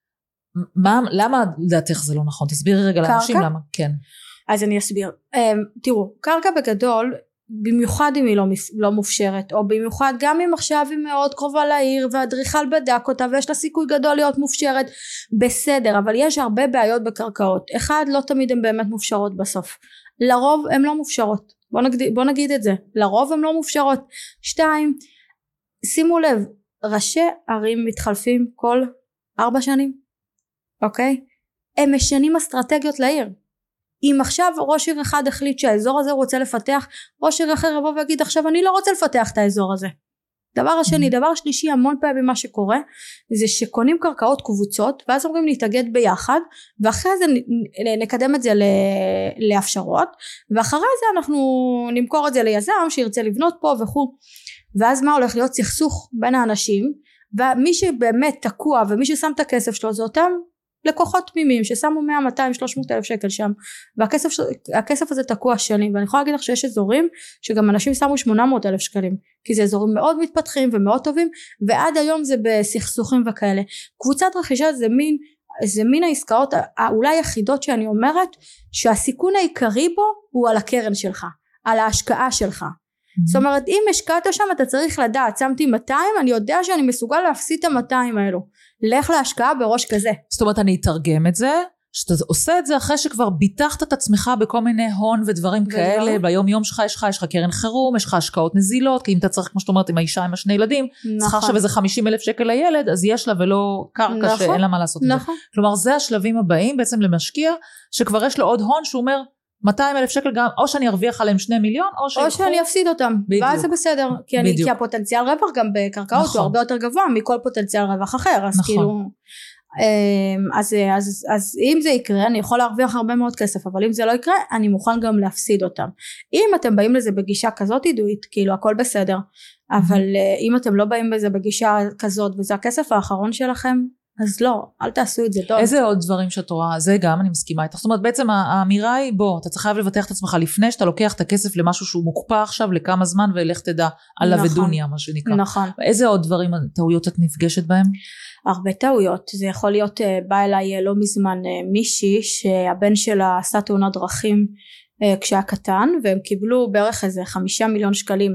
למה לדעתך זה לא נכון? תסבירי רגע לאנשים למה. כן. אז אני אסביר. תראו, קרקע בגדול, במיוחד אם היא לא מופשרת, או במיוחד גם אם עכשיו היא מאוד קרובה לעיר, והאדריכל בדק אותה, ויש לה סיכוי גדול להיות מופשרת, בסדר, אבל יש הרבה בעיות בקרקעות. אחד, לא תמיד הן באמת מופשרות בסוף. לרוב הן לא מופשרות. בוא נגיד את זה. לרוב הן לא מופשרות. 2, שימו לב, ראשי ערים מתחלפים כל 4 שנים. אוקיי? הם משנים אסטרטגיות לעיר. אם עכשיו ראש עיר אחד החליט שהאזור הזה רוצה לפתח, ראש עיר אחר יבוא ויגיד עכשיו אני לא רוצה לפתח את האזור הזה. דבר השני, דבר שלישי, המון פעמים מה שקורה זה שקונים קרקעות קבוצות ואז אומרים להתאגד ביחד, ואחרי זה נקדם את זה לאפשרות, ואחרי זה אנחנו נמכור את זה ליזם שירצה לבנות פה וכו', ואז מה הולך להיות? סכסוך בין האנשים, ומי שבאמת תקוע ומי ששם את הכסף שלו זה אותם לקוחות תמימים ששמו 100, 200, 300 אלף שקל שם, והכסף הזה תקוע שנים. ואני יכולה להגיד לך שיש אזורים שגם אנשים שמו 800 אלף שקלים, כי זה אזורים מאוד מתפתחים ומאוד טובים, ועד היום זה בסכסוכים וכאלה. קבוצת רכישה זה מין העסקאות אולי יחידות שאני אומרת שהסיכון העיקרי בו הוא על הקרן שלך, על ההשקעה שלך. זאת אומרת אם השקעת שם אתה צריך לדעת, שמתי 200, אני יודע שאני מסוגל להפסיד את ה-200 האלו, לך להשקעה בראש כזה. זאת אומרת אני אתרגם את זה, שאתה עושה את זה אחרי שכבר ביטחת את עצמך בכל מיני הון ודברים כאלה, ביום יום שלך יש לך קרן חירום, יש לך השקעות נזילות, כי אם אתה צריך כמו שאת אומרת עם האישה עם 2 ילדים, צריך עכשיו איזה 50,000 שקל לילד, אז יש לה ולא קרקע שאין לה מה לעשות את זה. כלומר זה השלבים הבאים בעצם למשקיע, שכבר יש לו עוד הון שהוא אומר 200,000 שקל גם, או שאני ארוויח עליהם 2 מיליון, או שאני אפסיד אותם, ואז זה בסדר, כי הפוטנציאל רווח גם בקרקעות הוא הרבה יותר גבוה מכל פוטנציאל רווח אחר, אז כאילו, אז אם זה יקרה אני יכול להרוויח הרבה מאוד כסף, אבל אם זה לא יקרה אני מוכן גם להפסיד אותם. אם אתם באים לזה בגישה כזאת עידועית, כאילו הכל בסדר, אבל אם אתם לא באים בזה בגישה כזאת וזה הכסף האחרון שלכם, אז לא, אל תעשו את זה טוב. איזה עוד דברים שאת רואה? זה גם אני מסכימה איתך. זאת אומרת בעצם האמירה היא בוא, אתה צריך חייב לבטח את עצמך לפני שאתה לוקח את הכסף למשהו שהוא מוקפא עכשיו לכמה זמן ולך תדע עליו ודוניה מה שנקרא. נכון. איזה עוד דברים, טעויות את נפגשת בהם? הרבה טעויות. זה יכול להיות, בא אליי לא מזמן מישהי שהבן שלה עשה תאונת דרכים כשהיה קטן, והם קיבלו בערך איזה 5 מיליון שקלים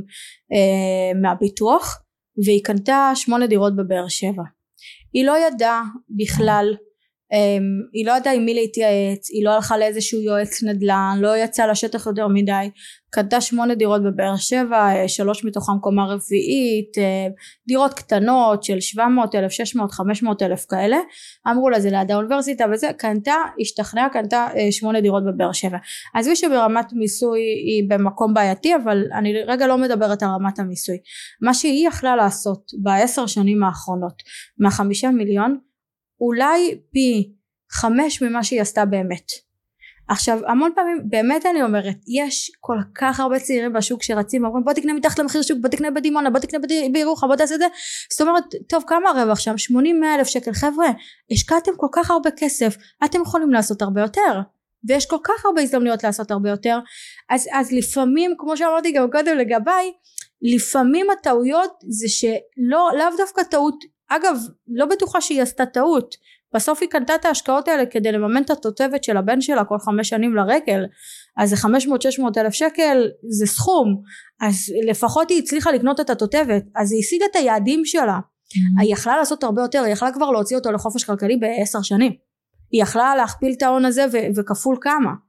מהביטוח, והיא קנתה 8 דירות בבאר שבע. היא לא ידעה בכלל, היא לא ידעה עם מי להתייעץ, היא לא הלכה לאיזשהו יועץ נדל"ן, לא יצאה לשטח יותר מדי, קנתה 8 דירות בבאר שבע, 3 מתוכם קומה רביעית, דירות קטנות של 700,000, 600, 500,000 כאלה, אמרו לה זה ליד האוניברסיטה וזה, קנתה, השתכנעה, קנתה 8 דירות בבאר שבע. אז מי שברמת מיסוי היא במקום בעייתי, אבל אני רגע לא מדברת על רמת המיסוי. מה שהיא יכלה לעשות ב10 שנים האחרונות, מה5 מיליון, אולי פי 5 ממה שהיא עשתה באמת. עכשיו המון פעמים באמת אני אומרת יש כל כך הרבה צעירים בשוק שרצים ואומרים בוא תקנה מתחת למחיר שוק, בוא תקנה בדימונה, בוא תקנה בירוחם, בוא תעשה את זה. זאת אומרת טוב כמה הרווח שם? 80-100 אלף שקל. חבר'ה השקעתם כל כך הרבה כסף, אתם יכולים לעשות הרבה יותר, ויש כל כך הרבה הזדמנויות לעשות הרבה יותר. אז לפעמים כמו שאמרתי גם קודם לגביי, לפעמים הטעויות זה שלא לאו דווקא טעות, אגב לא בטוחה שהיא עשתה טעות, בסוף היא קנתה את ההשקעות האלה כדי לממן את התותבת של הבן שלה כל 5 שנים לרגל, אז זה 500-600 אלף שקל, זה סכום, אז לפחות היא הצליחה לקנות את התותבת, אז היא השיגה את היעדים שלה, היא יכלה לעשות הרבה יותר, היא יכלה כבר להוציא אותו לחופש כלכלי ב10 שנים, היא יכלה להכפיל את ההון הזה וכפול כמה,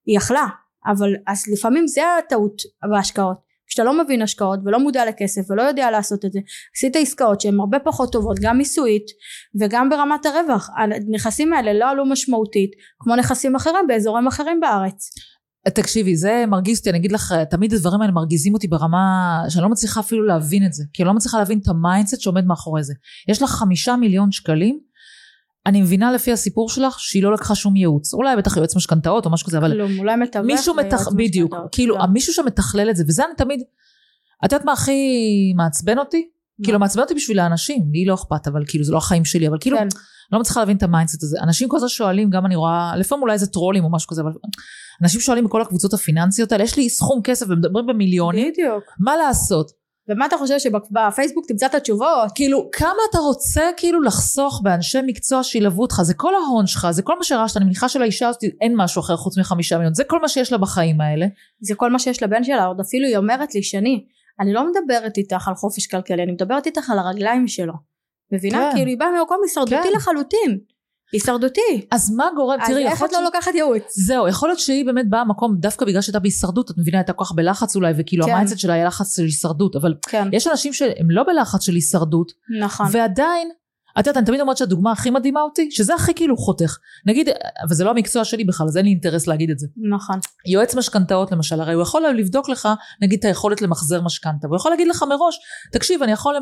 היא יכלה, אבל אז לפעמים זה הטעות בהשקעות, כשאתה לא מבין השקעות ולא מודע לכסף ולא יודע לעשות את זה, עשית עסקאות שהן הרבה פחות טובות, גם מיסויית וגם ברמת הרווח. הנכסים האלה לא עלו משמעותית כמו נכסים אחרים באזורים אחרים בארץ. תקשיבי, זה מרגיז אותי, אני אגיד לך, תמיד הדברים האלה מרגיזים אותי ברמה שאני לא מצליחה אפילו להבין את זה, כי אני לא מצליחה להבין את המיינדסט שעומד מאחורי זה. יש לך 5 מיליון שקלים, אני מבינה לפי הסיפור שלך שהיא לא לקחה שום ייעוץ, אולי בטח יועץ משכנתאות או משהו כזה, אבל אולי מתווך בדיוק, כאילו מישהו שמתכלל את זה, וזה אני תמיד, את יודעת מה הכי מעצבן אותי? כאילו מעצבן אותי בשביל האנשים, לי לא אכפת, אבל כאילו זה לא החיים שלי, אבל כאילו לא מצליחה להבין את המיינדסט הזה. אנשים כל זה שואלים, גם אני רואה, לפעמים אולי זה טרולים או משהו כזה, אבל אנשים שואלים בכל הקבוצות הפיננסיות האלה, יש לי סכום כסף ומדברים במיליונים, מה לעשות? ומה אתה חושב שבפייסבוק תמצא את התשובות? כאילו, כמה אתה רוצה כאילו לחסוך באנשי מקצוע שילוו אותך, זה כל ההון שלך, זה כל מה שראשת, אני מניחה שלאישה הזאת אין משהו אחר חוץ מ5 מיליון, זה כל מה שיש לה בחיים האלה. זה כל מה שיש לבן שלה, עוד אפילו היא אומרת לי שני, אני לא מדברת איתך על חופש כלכלי, אני מדברת איתך על הרגליים שלו. מבינה? כן. כאילו היא באה ממקום הישרדותי כן. לחלוטין. הישרדותי. אז מה גורם? תראי, איך את לא לוקחת ייעוץ? זהו, יכול להיות שהיא באמת באה מקום, דווקא בגלל שהייתה בהישרדות, את מבינה, הייתה כל כך בלחץ אולי, וכאילו כן. המיינדסט שלה היה לחץ של הישרדות, אבל כן. יש אנשים שהם לא בלחץ של הישרדות, נכון. ועדיין, את יודעת, אני תמיד אומרת שהדוגמה הכי מדהימה אותי, שזה הכי כאילו חותך. נגיד, אבל זה לא המקצוע שלי בכלל, אז אין לי אינטרס להגיד את זה. נכון. יועץ משכנתאות למשל, הרי הוא יכול לבדוק לך, נגיד, את היכולת למחזר משכנתה, והוא יכול להגיד לך מראש, תקשיב, אני יכול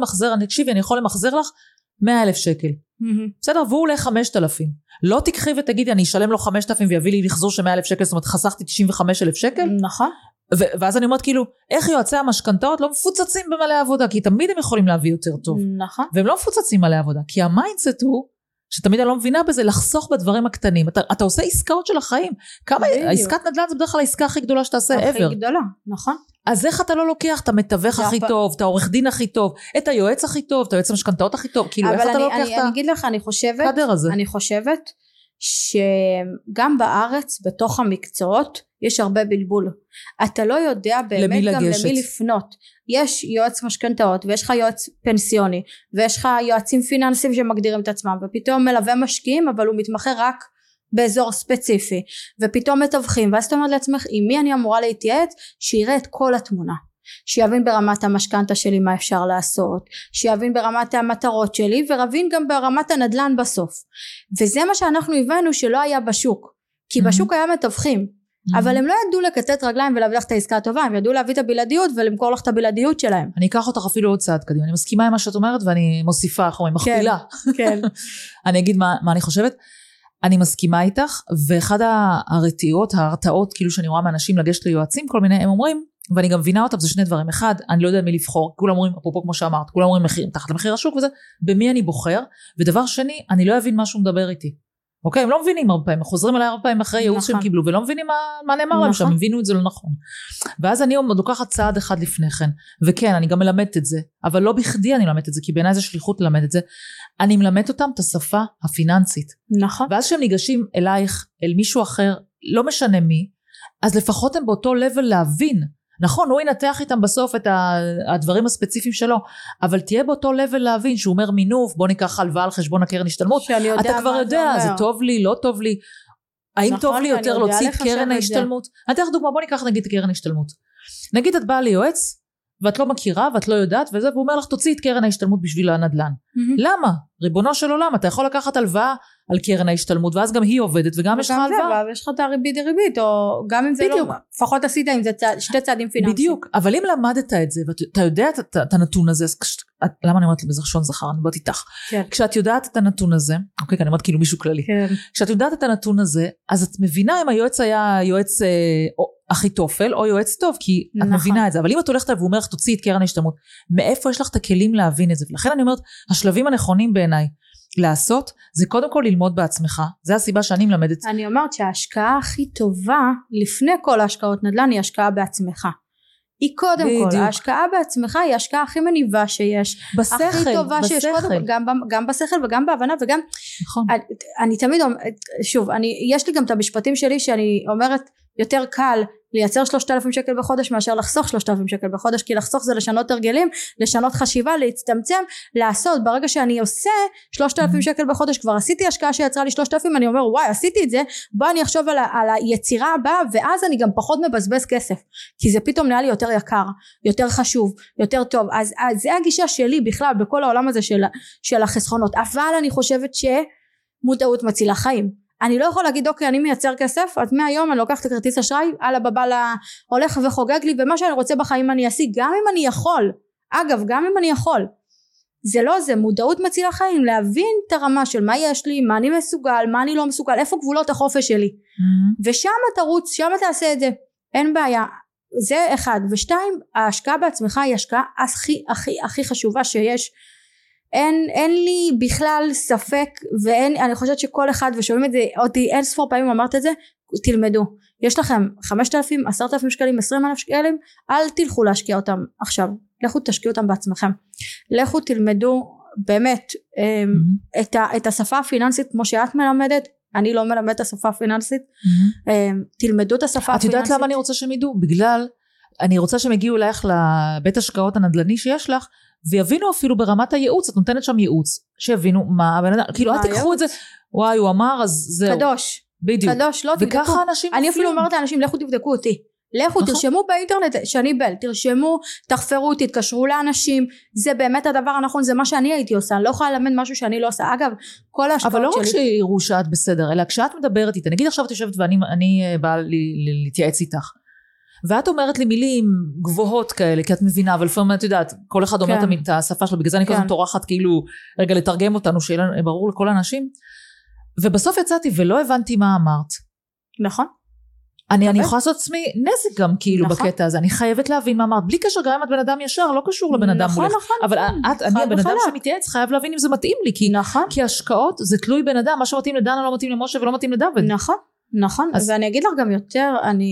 למחזר לך 100,000 שקל. בסדר, והוא עולה 5,000. לא תקחי ותגידי, אני אשלם לו 5,000 ויביא לי לחזור של 100,000 שקל, זאת אומרת, חסכתי 95,000 שקל. נכון. ואז אני אומרת, כאילו, איך יועצי המשכנתאות לא מפוצצים במלא עבודה, כי תמיד הם יכולים להביא יותר טוב. נכון. והם לא מפוצצים מלא עבודה, כי המיינדסט הוא, שתמיד אני לא מבינה בזה, לחסוך בדברים הקטנים. אתה עושה עסקאות של החיים. כמה, העסקת נדל"ן זה בדרך כלל העסקה הכי גדולה שתעשה ever. הכי גדולה, נכון. אז איך אתה לא לוקח את המתווך הכי טוב, את העורך דין הכי טוב, את היועץ הכי טוב, את היועץ המשכנתאות הכי טוב, כאילו איך אתה לא לוקח את אני אגיד לך, אני חושבת שגם בארץ, בתוך המקצועות, יש הרבה בלבול. אתה לא יודע באמת גם למי לפנות. יש יועץ משכנתאות, ויש לך יועץ פנסיוני, ויש לך יועצים פיננסיים שמגדירים את עצמם, ופתאום מלווה משקיעים, אבל הוא מתמחה רק באזור ספציפי, ופתאום מתווכים, ואז אתה אומר לעצמך, עם מי אני אמורה להתייעץ? שיראה את כל התמונה, שיבין ברמת המשכנתה שלי מה אפשר לעשות, שיבין ברמת המטרות שלי, ורבין גם ברמת הנדל"ן בסוף. וזה מה שאנחנו הבנו שלא היה בשוק, כי בשוק היה מתווכים, אבל הם לא ידעו לקצץ רגליים ולהביא לך את העסקה הטובה, הם ידעו להביא את הבלעדיות ולמכור לך את הבלעדיות שלהם. אני אקח אותך אפילו עוד צעד קדימה, אני מסכימה עם מה שאת אומרת ואני מוסיפה, מכפילה. כן. אני אגיד מה אני חושבת. אני מסכימה איתך, ואחד ההרתעות כאילו שאני רואה מאנשים לגשת ליועצים, כל מיני, הם אומרים, ואני גם מבינה אותם, זה שני דברים. אחד, אני לא יודע מי לבחור, כולם אומרים, אפרופו כמו שאמרת, כולם אומרים מחיר, תחת למחיר השוק וזה, במי אני בוחר, ודבר שני, אני לא אבין מה שהוא מדבר איתי. אוקיי, הם לא מבינים הרבה פעמים, חוזרים אליי הרבה פעמים אחרי ייעוץ שהם קיבלו, ולא מבינים מה נאמר להם שם, הבינו את זה לא נכון. ואז אני לוקחת צעד אחד לפני כן, וכן, אני גם מלמדת את זה, אבל לא בכדי אני מלמדת את זה, כי בעיניי זה שליחות ללמד את זה, אני מלמדת אותם את השפה הפיננסית. נכון. ואז שהם ניגשים אלייך, אל מישהו אחר, לא משנה מי, אז לפחות הם באותו לבל להבין, נכון, הוא ינתח איתם בסוף את הדברים הספציפיים שלו, אבל תהיה באותו לבל להבין, שהוא אומר מינוף, בוא ניקח הלוואה על חשבון הקרן השתלמות, אתה כבר יודע, זה טוב לי, לא טוב לי, האם טוב לי יותר להוציא את קרן ההשתלמות? אני אתן לך דוגמה, בוא ניקח נגיד את קרן ההשתלמות, נגיד את באה ליועץ, ואת לא מכירה, ואת לא יודעת, וזה, והוא אומר לך, תוציא את קרן ההשתלמות בשביל הנדל"ן. למה? ריבונו של עולם, אתה יכול לקחת הלוואה על קרן ההשתלמות, ואז גם היא עובדת, וגם יש לך הלוואה. ויש לך את הריבית, או גם אם זה לא, לפחות עשית עם זה שתי צעדים פיננסיים. בדיוק, אבל אם למדת את זה, ואתה יודע את הנתון הזה, למה אני אומרת בזרשון זכר, אני באת איתך. כשאת יודעת את הנתון הזה, אוקיי, אני אומרת כאילו מישהו כללי. כשאת יודעת את הנתון הזה, אז את מבינה אם היועץ היה יועץ אחיתופל, או יועץ טוב, כי את מבינה את זה. אבל אם את הולכת והוא אומר לך, תוציא את קרן ההשתלמות, מאיפה יש לך את הכלים להבין את זה? ולכן אני אומרת, השלבים הנכונים בעיניי לעשות, זה קודם כל ללמוד בעצמך. זה הסיבה שאני מלמדת. אני אומרת שההשקעה הכי טובה, לפני כל ההשקעות נדל"ן, היא השקעה בעצמך. היא קודם כל, ההשקעה בעצמך היא ההשקעה הכי מניבה שיש. בשכל, הכי טובה שיש קודם, גם בשכל וגם בהבנה, וגם, נכון. אני תמיד, שוב, יש לי גם את המשפטים שלי, שאני אומרת, יותר קל לייצר 3,000 שקל בחודש מאשר לחסוך 3,000 שקל בחודש, כי לחסוך זה לשנות הרגלים, לשנות חשיבה, להצטמצם, לעשות. ברגע שאני עושה 3,000 שקל בחודש, כבר עשיתי השקעה שיצרה לי 3,000, אני אומר וואי עשיתי את זה, בוא אני אחשוב על היצירה הבאה, ואז אני גם פחות מבזבז כסף, כי זה פתאום נהיה לי יותר יקר, יותר חשוב, יותר טוב. אז זה הגישה שלי בכלל בכל העולם הזה של החסכונות. אבל אני חושבת שמודעות מצילה חיים. אני לא יכול להגיד אוקיי אני מייצר כסף, אז מהיום אני לוקח את הכרטיס אשראי, הלאה בבעלה הולך וחוגג לי, ומה שאני רוצה בחיים אני אשיג, גם אם אני יכול. אגב, גם אם אני יכול. זה לא זה, מודעות מצילה חיים, להבין את הרמה של מה יש לי, מה אני מסוגל, מה אני לא מסוגל, איפה גבולות החופש שלי. ושם תרוץ, שם תעשה את זה. אין בעיה. זה אחד. ושתיים, ההשקעה בעצמך היא השקעה הכי חשובה שיש. אין לי בכלל ספק, ואני חושבת שכל אחד, ושומעים את זה אותי אין ספור פעמים אמרת את זה, תלמדו. יש לכם 5,000, 10,000 שקלים, 20,000 שקלים, אל תלכו להשקיע אותם עכשיו, לכו תשקיעו אותם בעצמכם, לכו תלמדו באמת את השפה הפיננסית כמו שאת מלמדת, אני לא מלמדת את השפה הפיננסית, תלמדו את השפה הפיננסית. את יודעת למה אני רוצה שהם ידעו? בגלל, אני רוצה שהם יגיעו אלייך לבית השקעות הנדל"ני שיש לך, ויבינו אפילו ברמת הייעוץ, את נותנת שם ייעוץ, שיבינו מה הבן אדם, כאילו אל תיקחו את זה, וואי הוא אמר אז זהו. קדוש. בדיוק. קדוש, לא תבדקו. וככה אנשים אני אפילו אומרת לאנשים, לכו תבדקו אותי. לכו, תרשמו באינטרנט, שאני בל, תרשמו, תחפרו, תתקשרו לאנשים, זה באמת הדבר הנכון, זה מה שאני הייתי עושה, אני לא יכולה ללמד משהו שאני לא עושה, אגב, כל ההשקעות שלי. אבל לא רק שיראו שאת בסדר, אלא כשאת מדברת איתה, נגיד עכשיו את יושבת ואני באה להתייעץ איתך, ואת אומרת לי מילים גבוהות כאלה, כי את מבינה, אבל לפעמים את יודעת, כל אחד אומר את השפה שלו, בגלל זה אני כזאת טורחת כאילו, רגע לתרגם אותנו, שיהיה ברור לכל האנשים, ובסוף יצאתי ולא הבנתי מה אמרת. נכון. אני יכולה לעשות עצמי נזק גם כאילו בקטע הזה, אני חייבת להבין מה אמרת, בלי קשר גם אם את בן אדם ישר, לא קשור לבן אדם מולך, אבל אני הבן אדם שמתייעץ, חייב להבין אם זה מתאים לי, כי השקעות זה תלוי בן אדם, מה שמתאים לדנה לא מתאים למשה ולא מתאים לדוד. נכון, ואני אגיד לך גם יותר,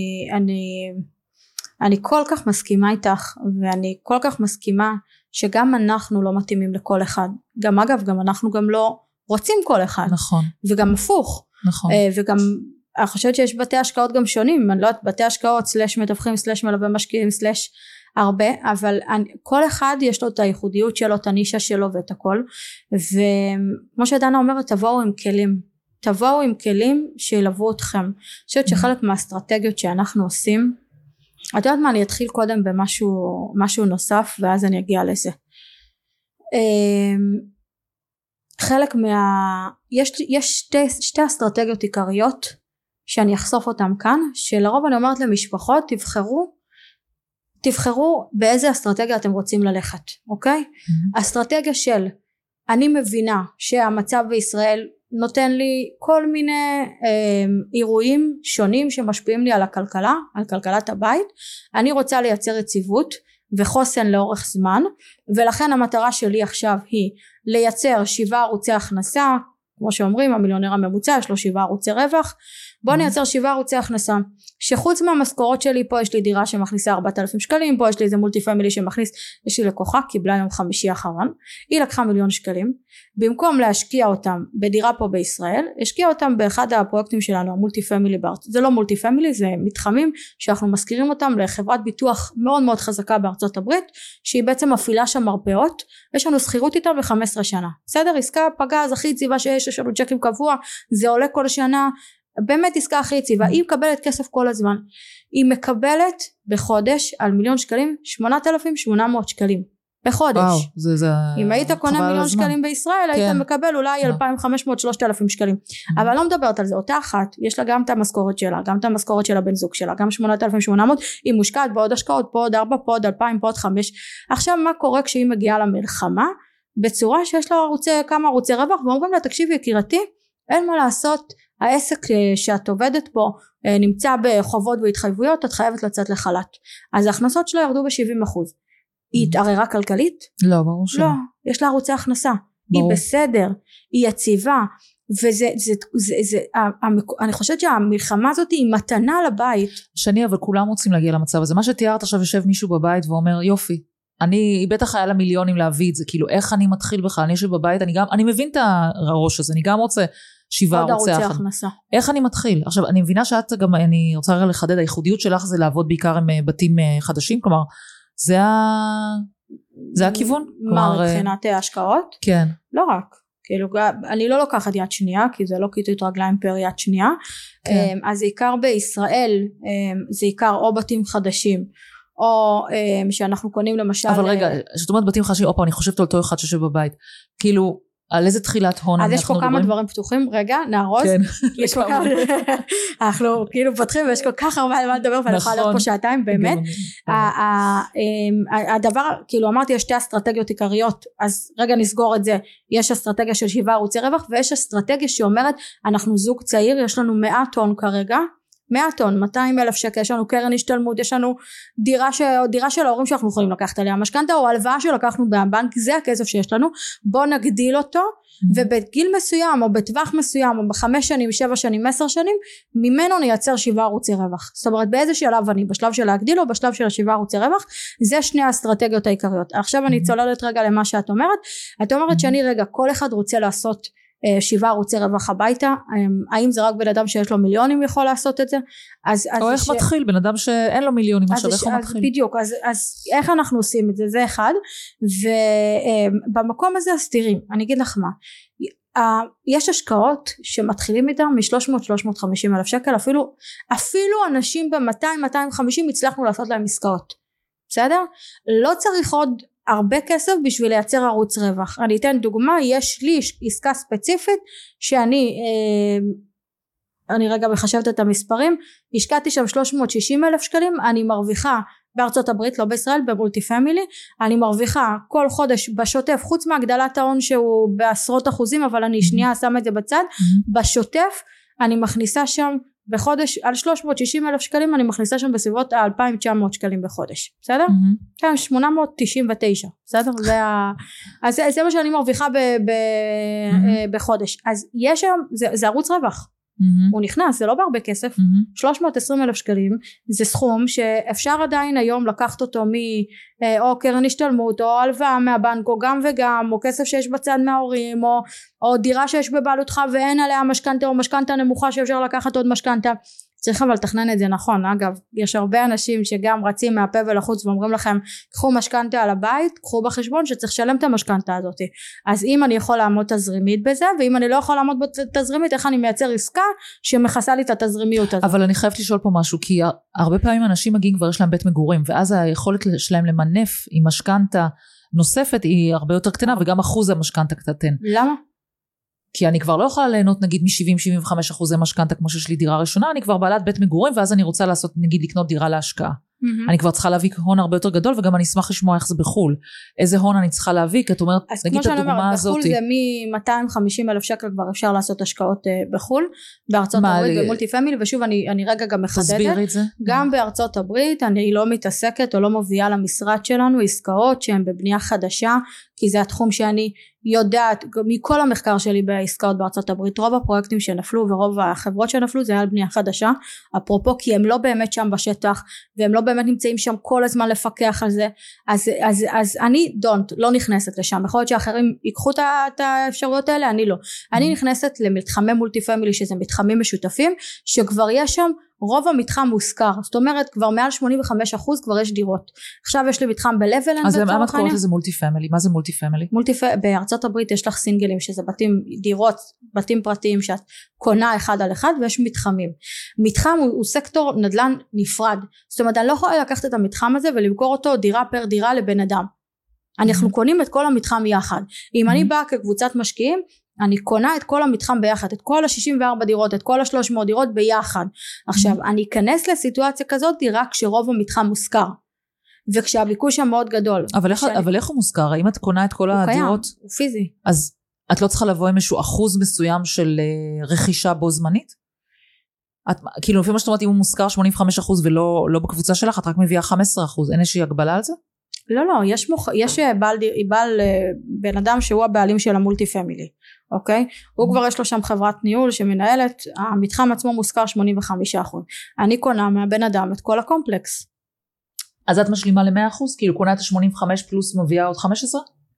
אני כל כך מסכימה איתך, ואני כל כך מסכימה שגם אנחנו לא מתאימים לכל אחד, גם אגב, גם אנחנו גם לא רוצים כל אחד, נכון, וגם הפוך, נכון, וגם אני חושבת שיש בתי השקעות גם שונים, אני לא יודעת, בתי השקעות סלש מתווכים סלש מלווה משקיעים סלש הרבה, אבל כל אחד יש לו את הייחודיות שלו, את הנישה שלו ואת הכל, וכמו שדנה אומרת, תבואו עם כלים שילוו אתכם. אני חושבת שחלק מהאסטרטגיות שאנחנו עושים, את יודעת מה, אני אתחיל קודם במשהו נוסף, ואז אני אגיע לזה. חלק יש שתי אסטרטגיות עיקריות, שאני אחשוף אותם כאן, שלרוב אני אומרת למשפחות, תבחרו באיזה אסטרטגיה אתם רוצים ללכת, אוקיי? אסטרטגיה של, אני מבינה שהמצב בישראל נותן לי כל מיני אירועים שונים שמשפיעים לי על הכלכלה, על כלכלת הבית, אני רוצה לייצר יציבות וחוסן לאורך זמן, ולכן המטרה שלי עכשיו היא לייצר 7 ערוצי הכנסה, כמו שאומרים המיליונר הממוצע יש לו 7 ערוצי רווח, בוא נייצר 7 ערוצי הכנסה, שחוץ מהמשכורות שלי, פה יש לי דירה שמכניסה 4,000 שקלים, פה יש לי איזה מולטי פמילי שמכניס, יש לי לקוחה, קיבלה יום חמישי האחרון, היא לקחה 1,000,000 שקלים, במקום להשקיע אותם בדירה פה בישראל, השקיע אותם באחד הפרויקטים שלנו, המולטי פמילי בארץ, זה לא מולטי פמילי, זה מתחמים שאנחנו מזכירים אותם לחברת ביטוח מאוד מאוד חזקה בארצות הברית, שהיא בעצם מפעילה שם מרפאות, יש לנו שכירות איתה ב-15 שנה, בסדר, עסקה פגז הכי יציבה שיש, יש לנו צ'קים קבוע, זה עולה כל שנה, באמת עסקה הכי יציבה, היא מקבלת כסף כל הזמן, היא מקבלת בחודש על 1,000,000 שקלים 8,800 שקלים בחודש. וואו, אם היית קונה 1,000,000 שקלים בישראל, היית מקבל אולי 2,500-3,000 שקלים, אבל לא מדברת על זה, אותה אחת, יש לה גם את המשכורת שלה, גם את המשכורת של הבן זוג שלה, גם 8,800, היא מושקעת בעוד השקעות, פה עוד 4, פה עוד 2,000, פה עוד 5, עכשיו מה קורה כשהיא מגיעה למלחמה, בצורה שיש לה כמה ערוצי רווח, ואומרים לה תקשיבי יקירתי, אין מה לעשות, העסק שאת עובדת פה נמצא בחובות והתחייבויות, את חייבת לצאת לחל"ת, אז ההכנסות שלה ירדו ב-70%, היא התערערה כלכלית? לא, ברור שלא. לא, יש לה ערוצי הכנסה, היא בסדר, היא יציבה, אני חושבת שהמלחמה הזאת היא מתנה לבית. שני, אבל כולם רוצים להגיע למצב הזה, מה שתיארת עכשיו יושב מישהו בבית ואומר יופי, אני בטח היה לה מיליונים להביא את זה, כאילו איך אני מתחיל בכלל, אני יושב בבית, אני מבין את הראש הזה, אני גם רוצה 7 ערוצי הכנסה. איך אני מתחיל? עכשיו אני מבינה שאת גם, אני רוצה רגע לחדד, הייחודיות שלך זה לעבוד בעיקר עם בתים חדשים, כלומר זה הכיוון? מה מבחינת השקעות? כן. לא רק, כאילו אני לא לוקחת יד שנייה, כי זה לא כיתות רגליים פר יד שנייה, אז עיקר בישראל זה עיקר או בתים חדשים, או שאנחנו קונים למשל. אבל רגע, שאת אומרת בתים חדשים, אני חושבת על אותו אחד שיושב בבית, כאילו על איזה תחילת הון אז יש פה כמה דברים פתוחים, רגע נארוז, אנחנו כאילו פותחים ויש כל כך הרבה על מה לדבר ואני יכולה להיות פה שעתיים באמת. הדבר, כאילו אמרתי יש 2 אסטרטגיות עיקריות, אז רגע נסגור את זה. יש אסטרטגיה של 7 ערוצי רווח, ויש אסטרטגיה שאומרת אנחנו זוג צעיר, יש לנו 100 טון כרגע, 100 טון, 200,000 שקל, יש לנו קרן השתלמות, יש לנו דירה של ההורים שאנחנו יכולים לקחת עליה משכנתא, או הלוואה שלקחנו בבנק, זה הכסף שיש לנו, בוא נגדיל אותו, ובגיל מסוים, או בטווח מסוים, או ב5 שנים, 7 שנים, 10 שנים, ממנו נייצר 7 ערוצי רווח. זאת אומרת, באיזה שלב אני, בשלב של להגדיל, או בשלב של 7 ערוצי רווח, זה 2 האסטרטגיות העיקריות. עכשיו אני צוללת רגע למה שאת אומרת, את אומרת שאני רגע, כל אחד רוצה לעשות 7 ערוצי רווח הביתה, האם זה רק בן אדם שיש לו מיליונים יכול לעשות את זה? או איך מתחיל, בן אדם שאין לו מיליונים, עכשיו איך הוא מתחיל? בדיוק, אז איך אנחנו עושים את זה? זה אחד, ובמקום הזה אז תראי, אני אגיד לך מה, יש השקעות שמתחילים איתם מ-300-350 אלף שקל, אפילו אנשים ב-200-250 הצלחנו לעשות להם עסקאות, בסדר? לא צריך עוד הרבה כסף בשביל לייצר ערוץ רווח. אני אתן דוגמה, יש לי עסקה ספציפית שאני רגע מחשבת את המספרים, השקעתי שם 360 אלף שקלים, אני מרוויחה בארצות הברית, לא בישראל, במולטי פמילי, אני מרוויחה כל חודש בשוטף, חוץ מהגדלת ההון שהוא בעשרות אחוזים, אבל אני שנייה שם את זה בצד, בשוטף אני מכניסה שם בחודש, על 360 אלף שקלים אני מכניסה שם בסביבות 2,900 שקלים בחודש, בסדר? כן, 899, בסדר? אז זה מה שאני מרוויחה בחודש. אז יש היום, זה ערוץ רווח, הוא נכנס, זה לא בהרבה כסף, 320 אלף שקלים, זה סכום שאפשר עדיין היום לקחת אותו או קרן השתלמות, או הלוואה מהבנק, או גם וגם, או כסף שיש בצד מההורים, או דירה שיש בבעלותך ואין עליה משכנתא, או משכנתא נמוכה שאפשר לקחת עוד משכנתא. צריך אבל לתכנן את זה נכון. אגב, יש הרבה אנשים שגם רצים מהפה ולחוץ ואומרים לכם, קחו משכנתא על הבית, קחו בחשבון שצריך לשלם את המשכנתא הזאת. אז אם אני יכול לעמוד תזרימית בזה, ואם אני לא יכול לעמוד בתזרימית, איך אני מייצר עסקה שמכסה לי את התזרימיות הזאת? אבל אני חייבת לשאול פה משהו, כי הרבה פעמים אנשים מגיעים כבר יש להם בית מגורים, ואז היכולת שלהם למנף עם משכנתא נוספת היא הרבה יותר קטנה, וגם אחוז המשכנתא קטן. למה? כי אני כבר לא יכולה ליהנות נגיד מ-70-75% משכנתא כמו שיש לי דירה ראשונה, אני כבר בעלת בית מגורים, ואז אני רוצה לעשות נגיד לקנות דירה להשקעה. אני כבר צריכה להביא הון הרבה יותר גדול, וגם אני אשמח לשמוע איך זה בחול. איזה הון אני צריכה להביא, כי את אומרת, נגיד את הדוגמה הזאת. בחול זה מ-250 אלף שקל כבר אפשר לעשות השקעות בחול, בארצות הברית, במולטי פמילי, ושוב אני רגע גם מחדדת. תסבירי את זה. גם בארצות הברית אני לא מתעסקת או לא מביאה למשרד שלנו עסקאות שהן בבנייה חדשה, כי זה התחום שאני יודעת, מכל המחקר שלי בעסקאות בארצות הברית, רוב הפרויקטים שנפלו ורוב החברות שנפלו זה היה על בנייה חדשה, אפרופו, כי הם לא באמת שם בשטח, והם לא באמת נמצאים שם כל הזמן לפקח על זה, אז אני לא נכנסת לשם, יכול להיות שאחרים ייקחו את האפשרויות האלה, אני לא, אני נכנסת למתחמי מולטי פמילי, שזה מתחמים משותפים, שכבר יש שם, רוב המתחם מוזכר, זאת אומרת כבר מעל 85% כבר יש דירות. עכשיו יש לי מתחם בלבלנד. אז למה את קוראת לזה מולטי פמילי? מה זה מולטי פמילי? בארצות הברית יש לך סינגלים שזה דירות, בתים פרטיים שאת קונה אחד על אחד, ויש מתחמים. מתחם הוא סקטור נדל"ן נפרד, זאת אומרת אני לא יכולה לקחת את המתחם הזה ולמכור אותו דירה פר דירה לבן אדם. אנחנו קונים את כל המתחם יחד. אם אני באה כקבוצת משקיעים, אני קונה את כל המתחם ביחד, את כל ה-64 דירות, את כל ה-300 דירות ביחד. עכשיו, אני אכנס לסיטואציה כזאת רק כשרוב המתחם מוזכר, וכשהביקוש שם מאוד גדול. אבל איך הוא מוזכר? האם את קונה את כל הדירות? הוא קיים, הוא פיזי. אז את לא צריכה לבוא עם איזשהו אחוז מסוים של רכישה בו זמנית? כאילו, לפי מה שאת אומרת, אם הוא מוזכר 85% ולא בקבוצה שלך, את רק מביאה 15%, אין איזושהי הגבלה על זה? לא, יש בן אדם שהוא הבעלים של המולטי פמילי, אוקיי? הוא כבר יש לו שם חברת ניהול שמנהלת, המתחם עצמו מוזכר 85%. אני קונה מהבן אדם את כל הקומפלקס. אז את משלימה ל-100%? כאילו קונה את ה-85 פלוס מביאה עוד 15?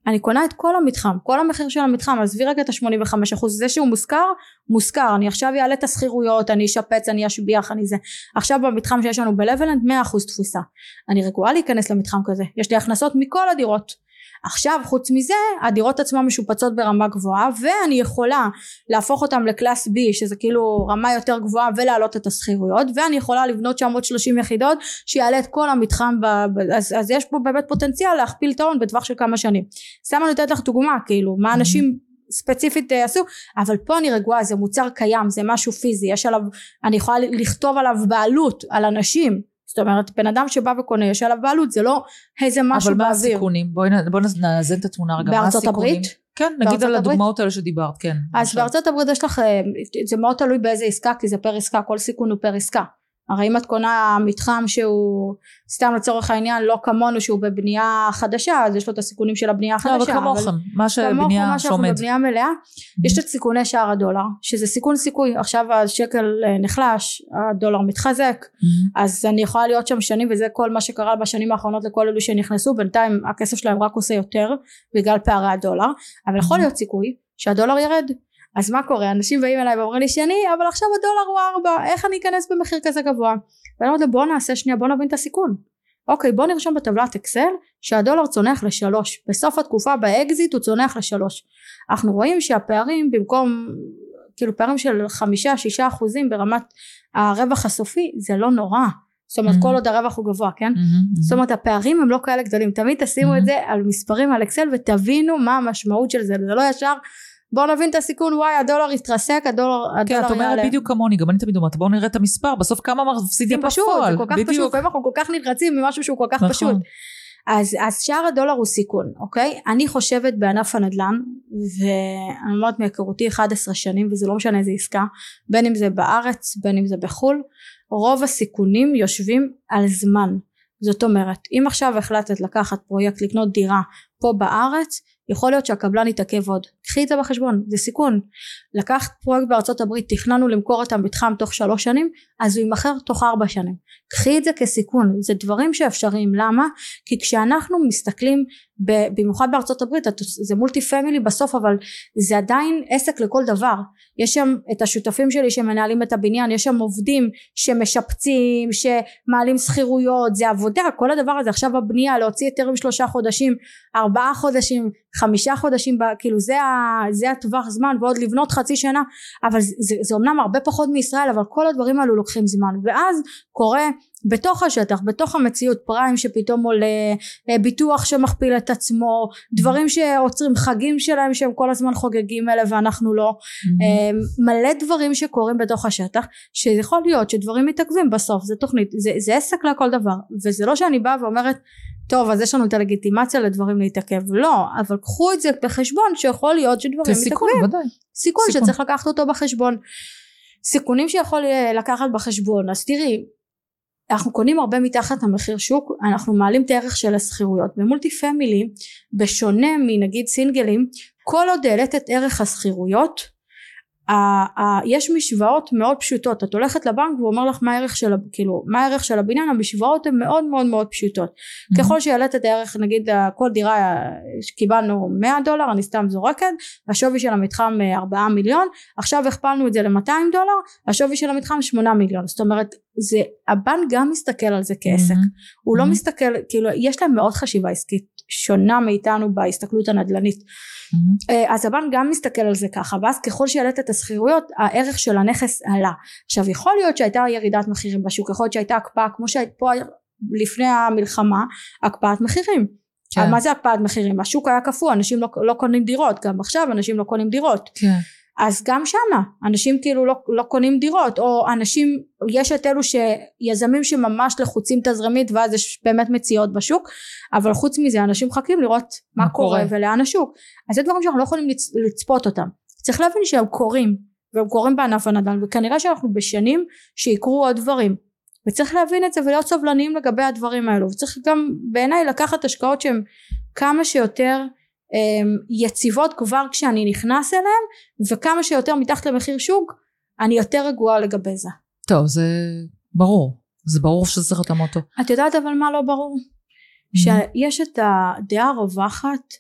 אני קונה את כל המתחם, כל המחיר של המתחם, עזבי רגע את ה-85%, זה שהוא מוזכר, אני עכשיו אעלה את הסחירויות, אני אשפץ, אני אשביח, אני זה, עכשיו במתחם שיש לנו בלבלנד 100% תפוסה, אני רגועה להיכנס למתחם כזה, יש לי הכנסות מכל הדירות, עכשיו חוץ מזה הדירות עצמן משופצות ברמה גבוהה ואני יכולה להפוך אותם לקלאס B שזה כאילו רמה יותר גבוהה ולהעלות את הסחירויות ואני יכולה לבנות 930 יחידות שיעלה את כל המתחם אז יש פה באמת פוטנציאל להכפיל את ההון בטווח של כמה שנים. סתם אני נותנת לך דוגמה כאילו מה אנשים ספציפית עשו, אבל פה אני רגועה, זה מוצר קיים, זה משהו פיזי, יש עליו, אני יכולה לכתוב עליו בעלות על אנשים, זאת אומרת בן אדם שבא וקונה יש עליו בעלות, זה לא איזה משהו באוויר. אבל מה הסיכונים? בואי נאזן את התמונה רגע. בארצות הברית? כן, נגיד על הדוגמאות האלה שדיברת, כן. אז בארצות הברית יש לך, זה מאוד תלוי באיזה עסקה, כי זה פר עסקה, כל סיכון הוא פר עסקה. הרי אם את קונה מתחם שהוא סתם לצורך העניין לא כמונו שהוא בבנייה חדשה אז יש לו את הסיכונים של הבנייה החדשה. אבל כמוכם, מה שבנייה שעומד. בבנייה מלאה יש את סיכוני שער הדולר שזה סיכון סיכוי, עכשיו השקל נחלש הדולר מתחזק אז אני יכולה להיות שם שנים וזה כל מה שקרה בשנים האחרונות לכל אלו שנכנסו, בינתיים הכסף שלהם רק עושה יותר בגלל פערי הדולר, אבל יכול להיות סיכוי שהדולר ירד. אז מה קורה? אנשים באים אליי ואומרים לי שני אבל עכשיו הדולר הוא 4, איך אני אכנס במחיר כזה גבוה? ואני אומרת בוא נעשה שנייה, בוא נבין את הסיכון. אוקיי, בוא נרשום בטבלת אקסל שהדולר צונח ל3, בסוף התקופה באקזיט הוא צונח ל3. אנחנו רואים שהפערים במקום כאילו פערים של 5-6% ברמת הרווח הסופי זה לא נורא, זאת אומרת כל עוד הרווח הוא גבוה, כן? זאת אומרת הפערים הם לא כאלה גדולים, תמיד תשימו את זה על מספרים על אקסל ותבינו מה המשמעות של זה, זה לא ישר בואו נבין את הסיכון, וואי הדולר יתרסק, הדולר כן, את אומרת בדיוק כמוני, גם אני תמיד אומרת, בואו נראה את המספר, בסוף כמה מפסידים בפועל. זה פשוט, זה כל כך פשוט, אנחנו כל כך נלחצים ממשהו שהוא כל כך פשוט. אז שער הדולר הוא סיכון, אוקיי? אני חושבת בענף הנדל"ן, ואני אומרת מהיכרותי 11 שנים, וזה לא משנה איזה עסקה, בין אם זה בארץ, בין אם זה בחול, רוב הסיכונים יושבים על זמן. זאת אומרת, אם עכשיו החלטת לקחת פרויקט, לקנות דירה פה בארץ, יכול להיות שהקבלן יתעכב עוד, קחי את זה בחשבון, זה סיכון. לקחת פרויקט בארצות הברית, תכננו למכור את המתחם תוך 3 שנים, אז הוא ימכר תוך 4 שנים. קחי את זה כסיכון, זה דברים שאפשריים, למה? כי כשאנחנו מסתכלים, במיוחד בארצות הברית, זה מולטי פמילי בסוף, אבל זה עדיין עסק לכל דבר. יש שם את השותפים שלי שמנהלים את הבניין, יש שם עובדים שמשפצים, שמעלים שכירויות, זה עבודה, כל הדבר הזה, עכשיו הבנייה, להוציא יותר מ3 חודשים, 4 חודשים, 5 חודשים, כאילו זה הטווח זמן, ועוד לבנות חצי שנה, אבל זה אומנם הרבה פחות מישראל, אבל כל הדברים האלו לוקחים זמן, ואז קורה בתוך השטח, בתוך המציאות, פריים שפתאום עולה, ביטוח שמכפיל את עצמו, דברים שעוצרים, חגים שלהם שהם כל הזמן חוגגים אלה ואנחנו לא, מלא דברים שקורים בתוך השטח, שיכול להיות שדברים מתעכבים בסוף, זה תוכנית, זה עסק לכל דבר, וזה לא שאני באה ואומרת, טוב אז יש לנו את הלגיטימציה לדברים להתעכב, לא, אבל קחו את זה בחשבון שיכול להיות שדברים מתעכבים, סיכון שצריך לקחת אותו בחשבון, סיכונים שיכול לקחת בחשבון, אז תראי, אנחנו קונים הרבה מתחת המחיר שוק, אנחנו מעלים את הערך של הסחירויות, במולטי פמילי, בשונה מנגיד סינגלים, כל עוד העלית את ערך הסחירויות, יש משוואות מאוד פשוטות, את הולכת לבנק והוא אומר לך מה הערך של הבניין, המשוואות הן מאוד מאוד מאוד פשוטות, ככל שהעלית את הערך, נגיד כל דירה קיבלנו $100, אני סתם זורקת, השווי של המתחם 4 מיליון, עכשיו הכפלנו את זה ל$200, השווי של המתחם 8 מיליון, זאת אומרת הבנק גם מסתכל על זה כעסק, הוא לא מסתכל, כאילו יש להם מאוד חשיבה עסקית שונה מאיתנו בהסתכלות הנדל"נית, אז הבנק גם מסתכל על זה ככה, ואז ככל שהעלית את הסחירויות הערך של הנכס עלה. עכשיו יכול להיות שהייתה ירידת מחירים בשוק, יכול להיות שהייתה הקפאה כמו שהייתה פה לפני המלחמה, הקפאת מחירים. כן. מה זה הקפאת מחירים? השוק היה קפוא, אנשים לא קונים דירות, גם עכשיו אנשים לא קונים דירות. כן. אז גם שמה אנשים כאילו לא קונים דירות, או אנשים, יש את אלו שיזמים שממש לחוצים תזרמית ואז יש באמת מציאות בשוק, אבל חוץ מזה אנשים מחכים לראות מה קורה ולאן השוק, אז זה דברים שאנחנו לא יכולים לצפות אותם, צריך להבין שהם קורים, והם קורים בענף הנדל"ן, וכנראה שאנחנו בשנים שיקרו עוד דברים, וצריך להבין את זה ולהיות סובלניים לגבי הדברים האלו, וצריך גם בעיניי לקחת השקעות שהן כמה שיותר יציבות כבר כשאני נכנס אליהם, וכמה שיותר מתחת למחיר שוק אני יותר רגועה לגבי זה. טוב, זה ברור, זה ברור שזה צריך להיות המוטו. את יודעת אבל מה לא ברור? שיש את הדעה הרווחת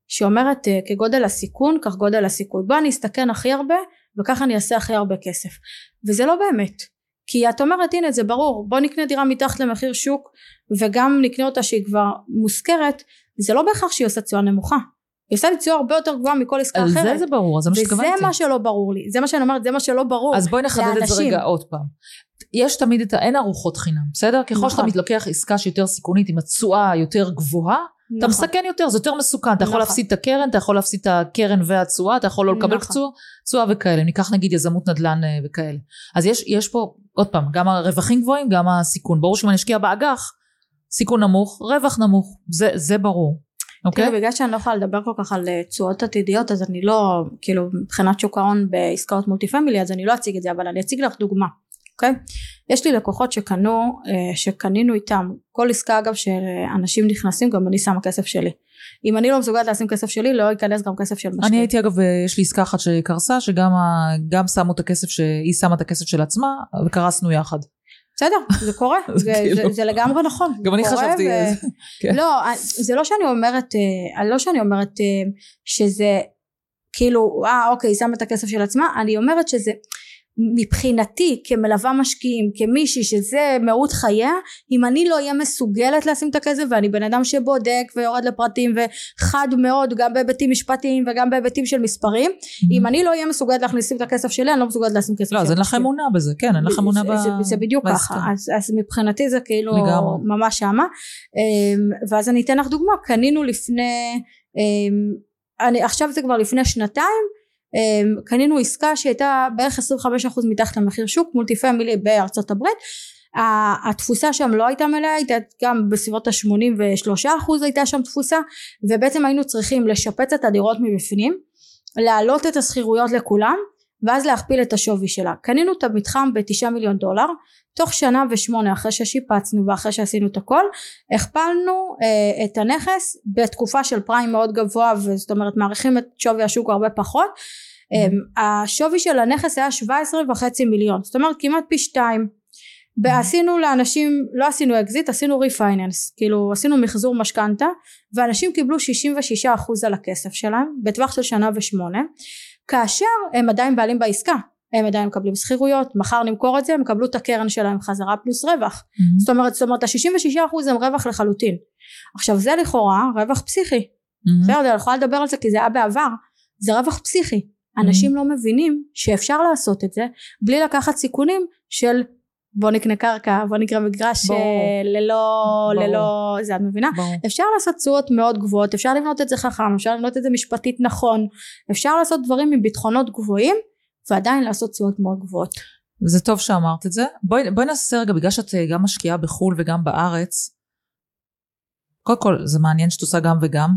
שאומרת כגודל הסיכון כך גודל הסיכוי, בוא אני אסתכן הכי הרבה וככה אני אעשה הכי הרבה כסף, וזה לא באמת, כי את אומרת הנה זה ברור, בוא נקנה דירה מתחת למחיר שוק וגם נקנה אותה שהיא כבר מוזכרת, זה לא בהכרח שהיא עושה תשואה נמוכה, היא עושה לי תשואה הרבה יותר גבוהה מכל עסקה אחרת. על זה ברור, זה מה שכוונתי. וזה מה שלא ברור לי, זה מה שאני אומרת, זה מה שלא ברור. אז בואי נחדד את זה רגע עוד פעם. יש תמיד אין ארוחות חינם, בסדר? ככל שאתה מתלוקח עסקה שיותר סיכונית עם התשואה יותר גבוהה, אתה מסכן יותר, זה יותר מסוכן, אתה יכול להפסיד את הקרן, אתה יכול להפסיד את הקרן והתשואה, אתה יכול לא לקבל תשואה וכאלה, ניקח נגיד יזמות נדל"ן וכאלה. אז יש פה, עוד פעם, גם הרווחים גבוהים, גם הסיכון, ברור שאם אני אשקיע באג"ח, סיכון נמוך, רווח נמוך, זה ברור. תראי, בגלל שאני לא יכולה לדבר כל כך על תשואות עתידיות, אז אני לא, כאילו, מבחינת שוק ההון בעסקאות מולטי פמילי, אז אני לא אציג את זה, אבל אני אציג לך דוגמה. אוקיי? יש לי לקוחות שקנינו איתם, כל עסקה אגב שאנשים נכנסים, גם אני שמה כסף שלי. אם אני לא מסוגלת לשים כסף שלי, לא ייכנס גם כסף של משקיע. אני הייתי אגב, יש לי עסקה אחת שקרסה, שגם שמו את הכסף, שהיא שמה את הכסף של עצמה, וקרסנו יחד. בסדר, זה קורה, זה לגמרי נכון. גם אני חשבתי. לא, זה לא שאני אומרת שזה כאילו, אוקיי, שמה את הכסף של עצמה, אני אומרת שזה מבחינתי כמלווה משקיעים, כמישהי שזה מהות חייה, אם אני לא אהיה מסוגלת לשים את הכסף, ואני בן אדם שבודק ויורד לפרטים וחד מאוד גם בהיבטים משפטיים וגם בהיבטים של מספרים, אם אני לא אהיה מסוגלת להכניס את הכסף שלי, אני לא מסוגלת לשים כסף שלי. לא, אז אין לך אמונה בזה, כן, אין לך אמונה זה בדיוק ככה, אז מבחינתי זה כאילו ממש שמה. ואז אני אתן לך דוגמה, קנינו לפני, עכשיו זה כבר לפני שנתיים, קנינו עסקה שהייתה בערך 25% מתחת למחיר שוק, מולטי פמילי בארצות הברית, התפוסה שם לא הייתה מלאה, הייתה גם בסביבות ה-83% הייתה שם תפוסה, ובעצם היינו צריכים לשפץ את הדירות מבפנים, להעלות את הסחירויות לכולם, ואז להכפיל את השווי שלה. קנינו את המתחם ב$9 מיליון, תוך שנה ו8 אחרי ששיפצנו ואחרי שעשינו את הכל, הכפלנו את הנכס בתקופה של פריים מאוד גבוה, וזאת אומרת מעריכים את שווי השוק הרבה פחות, השווי של הנכס היה 17.5 מיליון, זאת אומרת כמעט פי 2, עשינו לאנשים, לא עשינו אקזיט, עשינו ריפייננס, כאילו עשינו מחזור משכנתה, ואנשים קיבלו 66% על הכסף שלהם, בטווח של שנה ו8, כאשר הם עדיין בעלים בעסקה, הם עדיין מקבלים שכירויות, מחר נמכור את זה, הם מקבלו את הקרן שלהם חזרה פלוס רווח, זאת אומרת ה-66% הם רווח לחלוטין. עכשיו זה לכאורה רווח פסיכי, אני יכולה לדבר על זה כי זה היה בעבר, זה רווח פסיכי, אנשים לא מבינים שאפשר לעשות את זה, בלי לקחת סיכונים של בוא נקנה קרקע, בוא נקרא מגרש ללא, זה את מבינה? אפשר לעשות תשואות מאוד גבוהות, אפשר לבנות את זה חכם, אפשר לבנות את זה משפטית נכון, אפשר לעשות דברים עם ביטחונות גבוהים, ועדיין לעשות תשואות מאוד גבוהות. זה טוב שאמרת את זה. בואי נעשה רגע, בגלל שאת גם משקיעה בחול וגם בארץ, קודם כל זה מעניין שאת עושה גם וגם,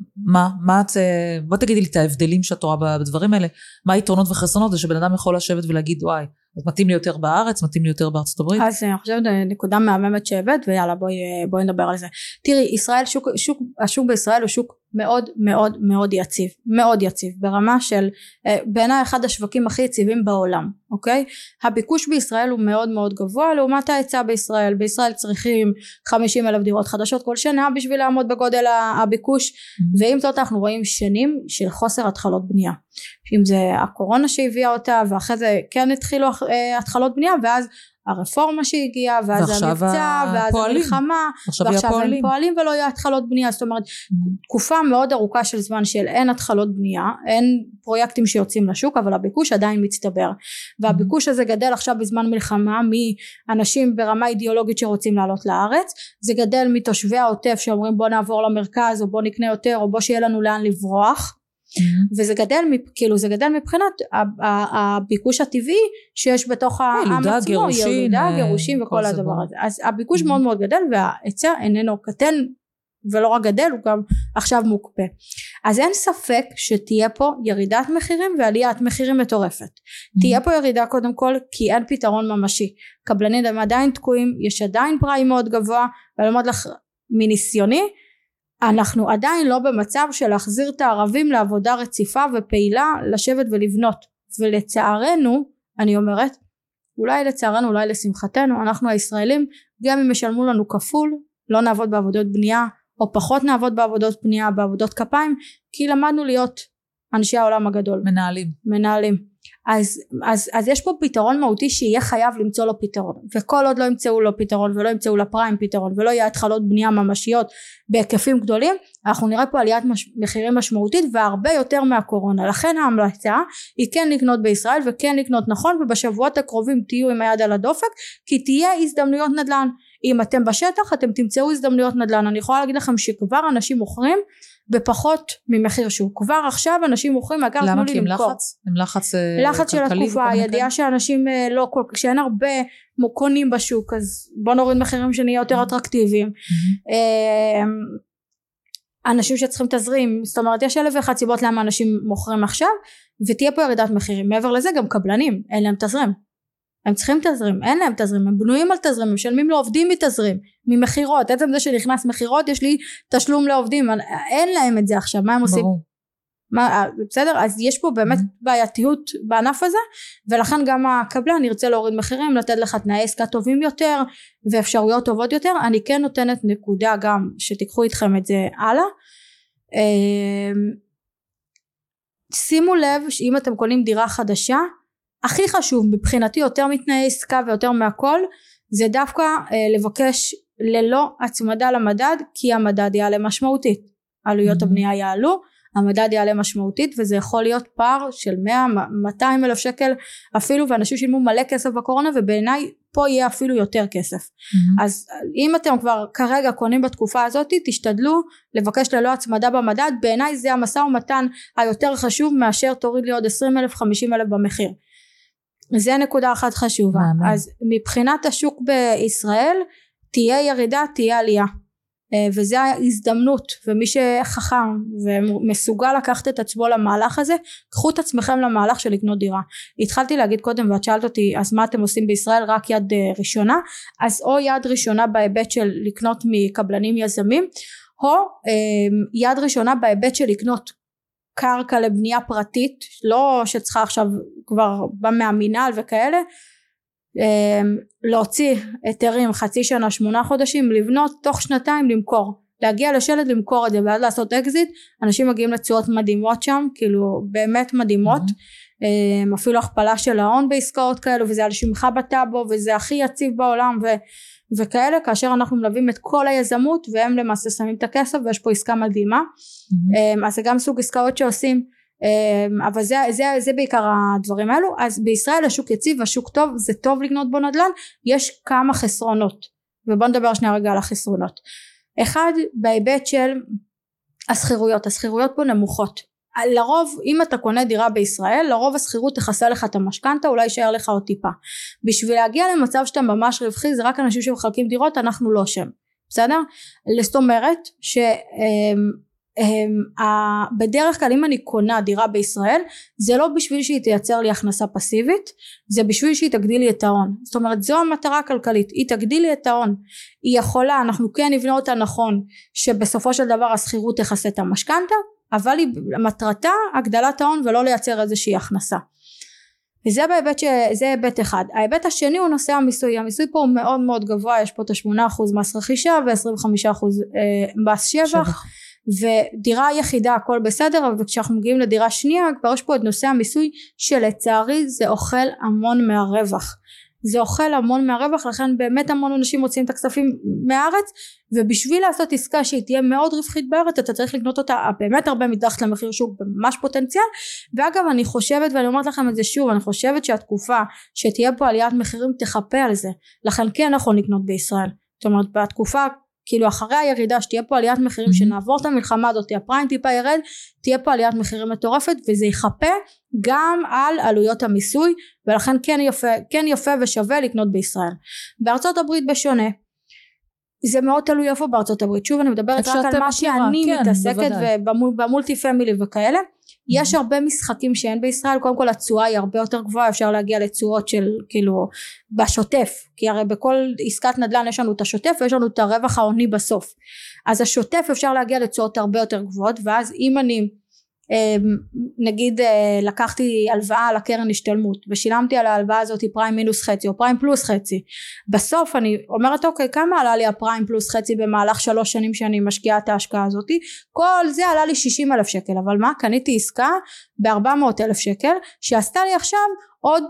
בוא תגידי לי את ההבדלים שאת רואה בדברים האלה, מה היתרונות וחסרונות, זה שבן אדם יכול לשבת ולהגיד וואי, אז מתאים לי יותר בארץ, מתאים לי יותר בארצות הברית. אז אני חושבת נקודה מהממת שהבאת, ויאללה בואי נדבר על זה. תראי, ישראל, השוק בישראל הוא שוק מאוד מאוד מאוד יציב, מאוד יציב, ברמה של בעיניי אחד השווקים הכי יציבים בעולם, אוקיי? הביקוש בישראל הוא מאוד מאוד גבוה, לעומת ההיצע בישראל. בישראל צריכים 50,000 דירות חדשות כל שנה בשביל לעמוד בגודל הביקוש, ועם זאת אנחנו רואים שנים של חוסר התחלות בנייה. אם זה הקורונה שהביאה אותה, ואחרי זה כן התחילו התחלות בנייה, ואז הרפורמה שהגיעה, ואז המבצע, ואז המלחמה, ועכשיו הם פועלים ולא יהיו התחלות בנייה. זאת אומרת, תקופה מאוד ארוכה של זמן של אין התחלות בנייה, אין פרויקטים שיוצאים לשוק, אבל הביקוש עדיין מצטבר, והביקוש הזה גדל עכשיו בזמן מלחמה, מאנשים ברמה אידיאולוגית שרוצים לעלות לארץ, זה גדל מתושבי העוטף שאומרים בוא נעבור למרכז, או בוא נקנה יותר, או בוא שיהיה לנו לאן לברוח, וזה גדל, כאילו זה גדל מבחינת הביקוש הטבעי שיש בתוך העם עצמו, ילודה, גירושים וכל הדבר הזה. אז הביקוש מאוד מאוד גדל, וההיצע איננו קטן, ולא רק גדל, הוא גם עכשיו מוקפא. אז אין ספק שתהיה פה ירידת מחירים ועליית מחירים מטורפת. תהיה פה ירידה קודם כל כי אין פתרון ממשי, קבלנים הם עדיין תקועים, יש עדיין פריים מאוד גבוה, ואני אומרת לך מניסיוני, אנחנו עדיין לא במצב של להחזיר את הערבים לעבודה רציפה ופעילה, לשבת ולבנות. ולצערנו, אני אומרת, אולי לצערנו, אולי לשמחתנו, אנחנו הישראלים, גם אם ישלמו לנו כפול, לא נעבוד בעבודות בנייה, או פחות נעבוד בעבודות בנייה, בעבודות כפיים, כי למדנו להיות אנשי העולם הגדול. מנהלים. אז יש פה פתרון מהותי שיהיה חייב למצוא לו פתרון, וכל עוד לא ימצאו לו פתרון ולא ימצאו לפריים פתרון ולא יהיה התחלות בנייה ממשיות בהיקפים גדולים, אנחנו נראה פה עליית מחירים משמעותית והרבה יותר מהקורונה. לכן ההמלצה היא כן לקנות בישראל וכן לקנות נכון, ובשבועות הקרובים תהיו עם היד על הדופק, כי תהיה הזדמנויות נדל"ן. אם אתם בשטח אתם תמצאו הזדמנויות נדל"ן. אני יכולה להגיד לכם שכבר אנשים מוכרים בפחות ממחיר שוק, כבר עכשיו אנשים מוכרים. למה? כי הם לחץ? הם לחץ של התקופה, הידיעה שאנשים לא כל כך, שאין הרבה קונים בשוק, אז בוא נוריד מחירים שנהיה יותר אטרקטיביים. אנשים שצריכים תזרים, זאת אומרת יש 1,001 סיבות למה אנשים מוכרים עכשיו, ותהיה פה ירידת מחירים. מעבר לזה גם קבלנים אין להם תזרים, הם צריכים תזרים, אין להם תזרים, הם בנויים על תזרים, הם משלמים לעובדים מתזרים, ממחירות. עצם זה שנכנס מחירות, יש לי תשלום לעובדים, אין להם את זה עכשיו, מה הם עושים? בסדר? אז יש פה באמת בעייתיות בענף הזה, ולכן גם הקבלן ירצה להוריד מחירים, לתת לך תנאי עסקה טובים יותר, ואפשרויות טובות יותר. אני כן נותנת נקודה גם, שתיקחו איתכם את זה הלאה. שימו לב, שאם אתם קונים דירה חדשה, הכי חשוב מבחינתי יותר מתנאי עסקה ויותר מהכל, זה דווקא לבקש ללא הצמדה למדד, כי המדד יעלה משמעותית, עלויות הבנייה יעלו, המדד יעלה משמעותית, וזה יכול להיות פער של 100-200 אלף שקל אפילו, ואנשים שילמו מלא כסף בקורונה, ובעיניי פה יהיה אפילו יותר כסף. אז אם אתם כבר כרגע קונים בתקופה הזאת, תשתדלו לבקש ללא הצמדה במדד. בעיניי זה המשא ומתן היותר חשוב, מאשר תוריד לי עוד 20,000 50,000 במחיר. זה נקודה אחת חשובה. אז מבחינת השוק בישראל תהיה ירידה, תהיה עלייה, וזה ההזדמנות, ומי שחכם ומסוגל לקחת את עצמו למהלך הזה, קחו את עצמכם למהלך של לקנות דירה. התחלתי להגיד קודם ואת שאלת אותי אז מה אתם עושים בישראל, רק יד ראשונה. אז או יד ראשונה בהיבט של לקנות מקבלנים יזמים, או יד ראשונה בהיבט של לקנות קרקע לבנייה פרטית, לא שצריכה עכשיו כבר מהמינהל וכאלה, להוציא היתרים חצי שנה 8 חודשים, לבנות תוך 2 למכור, להגיע לשלט למכור את זה ועד לעשות אקזיט. אנשים מגיעים לתשואות מדהימות שם, כאילו באמת מדהימות, אפילו הכפלה של ההון בעסקאות כאלו, וזה על שמך בטאבו, וזה הכי יציב בעולם וכאלה, כאשר אנחנו מלווים את כל היזמות והם למעשה שמים את הכסף, ויש פה עסקה מדהימה. אז זה גם סוג עסקאות שעושים, אבל זה בעיקר הדברים האלו. אז בישראל השוק יציב, השוק טוב, זה טוב לקנות בו נדל"ן. יש כמה חסרונות, ובוא נדבר שנייה רגע על החסרונות. אחד, בהיבט של הסחירויות פה נמוכות. לרוב אם אתה קונה דירה בישראל, לרוב הסחירות תכסה לך את המשכנתה, אולי יישאר לך עוד טיפה. בשביל להגיע למצב שאתה ממש רווחי, זה רק אנשים שמחלקים דירות, אנחנו לא שם, בסדר? זאת אומרת בדרך כלל אם אני קונה דירה בישראל, זה לא בשביל שהיא תייצר לי הכנסה פסיבית, זה בשביל שהיא תגדיל לי את ההון. זאת אומרת זו המטרה הכלכלית, היא תגדיל לי את ההון. היא יכולה, אנחנו כן נבנה אותה נכון, שבסופו של דבר הסחירות תכסה את המשכנתה, אבל היא מטרתה הגדלת ההון ולא לייצר איזושהי הכנסה. וזה זה היבט אחד. ההיבט השני הוא נושא המיסוי. המיסוי פה הוא מאוד מאוד גבוה, יש פה את 8% מס רכישה ו25% מס שבח, ודירה יחידה הכל בסדר, אבל כשאנחנו מגיעים לדירה שנייה כבר יש פה את נושא המיסוי, שלצערי זה אוכל המון מהרווח. זה אוכל המון מהרווח, לכן באמת המון אנשים מוצאים את הכספים מהארץ, ובשביל לעשות עסקה שהיא תהיה מאוד רווחית בארץ, אתה צריך לקנות אותה באמת הרבה מתחת למחיר שוק, ממש פוטנציאל. ואגב אני חושבת, ואני אומרת לכם את זה שוב, אני חושבת שהתקופה שתהיה פה עליית מחירים תחפה על זה, לכן כן נכון לקנות בישראל. זאת אומרת בתקופה כאילו אחרי הירידה שתהיה פה עליית מחירים, שנעבור את המלחמה הזאת, הפריים טיפה ירד, תהיה פה עליית מחירים מטורפת, וזה יחפה גם על עלויות המיסוי, ולכן כן יפה ושווה לקנות בישראל. בארצות הברית בשונה, זה מאוד תלוי איפה בארצות הברית. שוב אני מדברת רק על מה שאני מתעסקת, ובמולטי פמילי וכאלה. יש הרבה משחקים שאין בישראל. קודם כל התשואה היא הרבה יותר גבוהה, אפשר להגיע לתשואות של כאילו בשוטף, כי הרי בכל עסקת נדל"ן יש לנו את השוטף ויש לנו את הרווח ההוני בסוף. אז השוטף אפשר להגיע לתשואות הרבה יותר גבוהות, ואז אם אני נגיד לקחתי הלוואה לקרן השתלמות ושילמתי על ההלוואה הזאת פריים מינוס חצי או פריים פלוס חצי, בסוף אני אומרת אוקיי, כמה עלה לי הפריים פלוס חצי במהלך 3 שנים שאני משקיעה את ההשקעה הזאת? כל זה עלה לי 60,000 שקל, אבל מה? קניתי עסקה ב400,000 שקל שעשתה לי עכשיו עוד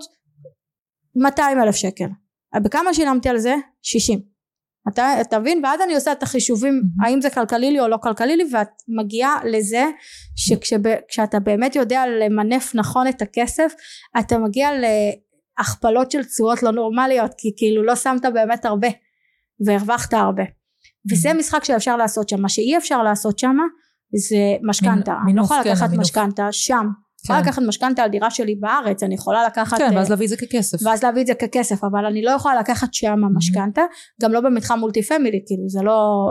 200,000 שקל. בכמה שילמתי על זה? 60. אתה מבין? ואז אני עושה את החישובים האם זה כלכלי לי או לא כלכלי לי, ואת מגיעה לזה שכשאתה באמת יודע למנף נכון את הכסף, אתה מגיע להכפלות של תשואות לא נורמליות, כי כאילו לא שמת באמת הרבה והרווחת הרבה, וזה משחק שאפשר לעשות שם. מה שאי אפשר לעשות שם זה משכנתה. אני לא יכולה לקחת משכנתה שם, יכולה לקחת משכנתה על דירה שלי בארץ, אני יכולה לקחת, כן, ואז להביא את זה ככסף, אבל אני לא יכולה לקחת שם משכנתה, גם לא במתחם מולטי פמילי, כאילו זה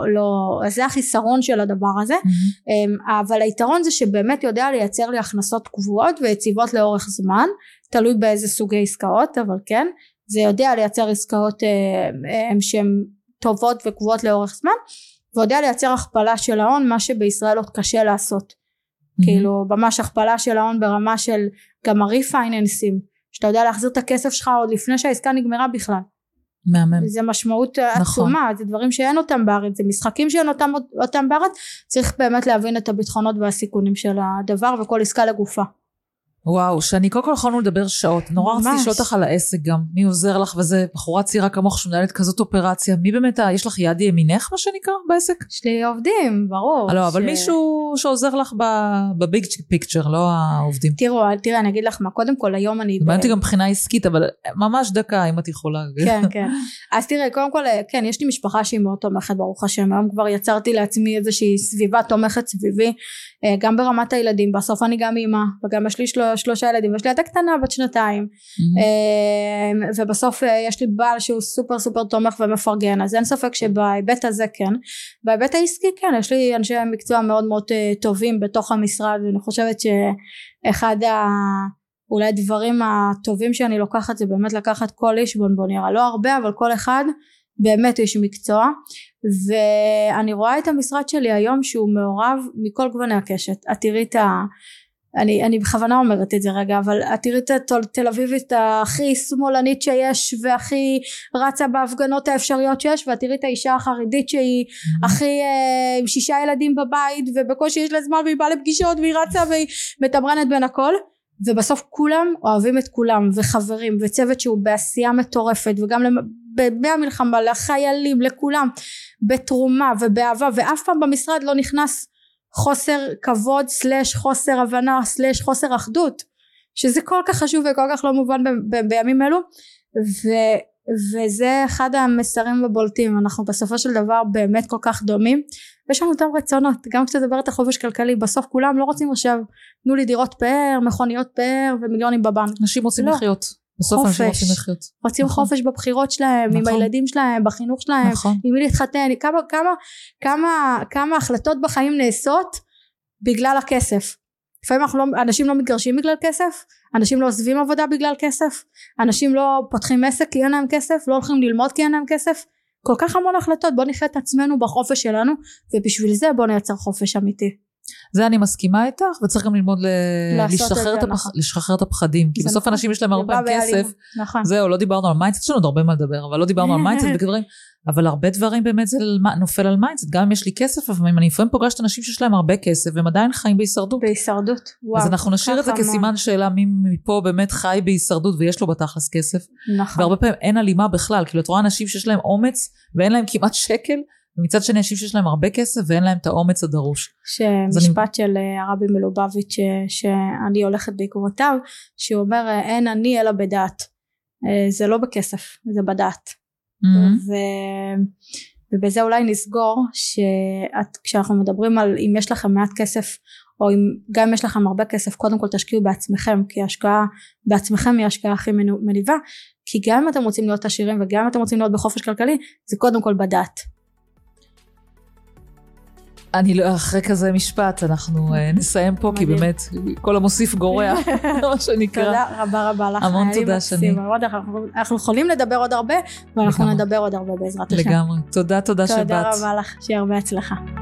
זה החיסרון של הדבר הזה, אבל היתרון זה שבאמת יודע לייצר לי הכנסות קבועות ויציבות לאורך זמן, תלוי באיזה סוגי עסקאות, אבל כן, זה יודע לייצר עסקאות שהן טובות וקבועות לאורך זמן, ויודע לייצר הכפלה של ההון, מה שבישראל עוד קשה לעשות. כאילו ממש הכפלה של ההון ברמה של גם הריפייננסים, שאתה יודע להחזיר את הכסף שלך עוד לפני שהעסקה נגמרה בכלל. מהמם. זה משמעות עצומה, זה דברים שאין אותם בארץ, זה משחקים שאין אותם בארץ, צריך באמת להבין את הביטחונות והסיכונים של הדבר, וכל עסקה לגופה. וואו, שאני כל יכולנו לדבר שעות, נורא רציתי לשאול אותך על העסק גם, מי עוזר לך וזה, בחורה צעירה כמוך שמנהלת כזאת אופרציה, מי באמת, יש לך יד ימינך מה שנקרא בעסק? יש לי עובדים, ברור. לא, אבל מישהו שעוזר לך בביג פיקצ'ר, לא העובדים. תראה, אני אגיד לך מה, קודם כל היום אני... הבנתי גם בחינה עסקית, אבל ממש דקה אם את יכולה. כן, כן. אז תראה, קודם כל, כן, יש לי משפחה שהיא מאוד תומכת, ברוך השם, היום כבר יצרתי לעצמי איזושהי סביבה תומכת סביבי, גם ברמת הילדים, בסוף אני גם אימא, וגם יש לי 3 ילדים, יש לי ילדה קטנה בת 2, ובסוף יש לי בעל שהוא סופר סופר תומך ומפרגן, אז אין ספק שבהיבט הזה כן, בהיבט העסקי כן, יש לי אנשי מקצוע מאוד מאוד טובים בתוך המשרד, ואני חושבת שאחד אולי הדברים הטובים שאני לוקחת, זה באמת לקחת כל איש בונבוניירה, לא הרבה, אבל כל אחד באמת איש מקצוע, ואני רואה את המשרד שלי היום שהוא מעורב מכל גווני הקשת. את תראי את אני בכוונה אומרת את זה רגע, אבל את תראי את תל אביבית הכי שמאלנית שיש, והכי רצה בהפגנות האפשריות שיש, ואת תראי את האישה החרדית שהיא הכי עם 6 ילדים בבית, ובקושי יש לה זמן והיא באה לפגישות, והיא רצה והיא מתמרנת בין הכל, ובסוף כולם אוהבים את כולם, וחברים, וצוות שהוא בעשייה מטורפת, וגם במלחמה, לחיילים, לכולם, בתרומה ובאהבה, ואף פעם במשרד לא נכנס חוסר כבוד / חוסר הבנה / חוסר אחדות, שזה כל כך חשוב וכל כך לא מובן בימים אלו, וזה אחד המסרים הבולטים. אנחנו בסופו של דבר באמת כל כך דומים, ויש לנו אותם רצונות, גם כשאתה מדברת על חופש כלכלי, בסוף כולם לא רוצים עכשיו, תנו לי דירות פאר, מכוניות פאר ומיליונים בבנק. אנשים רוצים לחיות. בסוף אנשים רוצים לחיות. רוצים חופש בבחירות שלהם, עם הילדים שלהם, בחינוך שלהם, עם מי להתחתן. כמה החלטות בחיים נעשות בגלל הכסף. לפעמים אנשים לא מתגרשים בגלל כסף, אנשים לא עוזבים עבודה בגלל כסף, אנשים לא פותחים עסק כי אין להם כסף, לא הולכים ללמוד כי אין להם כסף. כל כך המון החלטות. בוא נחיה את עצמנו בחופש שלנו, ובשביל זה בוא נייצר חופש אמיתי. זה אני מסכימה איתך, וצריך גם ללמוד לשחרר את הפחדים, כי בסוף אנשים יש להם הרבה כסף, זהו, לא דיברנו על מיינדסט, יש לנו עוד הרבה מה לדבר, אבל לא דיברנו על מיינדסט וכדברים, אבל הרבה דברים באמת זה נופל על מיינדסט, גם אם יש לי כסף, אבל אני לפעמים פוגשת אנשים שיש להם הרבה כסף, והם עדיין חיים בהישרדות. בהישרדות, וואו. אז אנחנו נשאיר את זה כסימן שאלה, מי מפה באמת חי בהישרדות, ויש לו בתכלס כסף, והרבה פעמים אין הלימה בכלל, כאילו את רואה אנשים שיש להם אומץ, ואין להם כמעט שקל, ומצד שני אנשים שיש להם הרבה כסף ואין להם את האומץ הדרוש. שמשפט של הרבי מלובביץ' שאני הולכת בעקבותיו, שהוא אומר אין אני אלא בדעת, זה לא בכסף, זה בדעת. ובזה אולי נסגור כשאנחנו מדברים על אם יש לכם מעט כסף, או גם אם יש לכם הרבה כסף, קודם כל תשקיעו בעצמכם, כי השקעה בעצמכם היא השקעה הכי מניבה, כי גם אם אתם רוצים להיות עשירים וגם אם אתם רוצים להיות בחופש כלכלי, זה קודם כל בדעת. אני לא, אחרי כזה משפט, אנחנו נסיים פה, כי באמת, כל המוסיף גורע, מה שנקרא. תודה רבה רבה לך. המון תודה שני. אנחנו יכולים לדבר עוד הרבה, ואנחנו נדבר עוד הרבה בעזרת השם. לגמרי. תודה שבאת. תודה רבה לך, שיהיה הרבה הצלחה.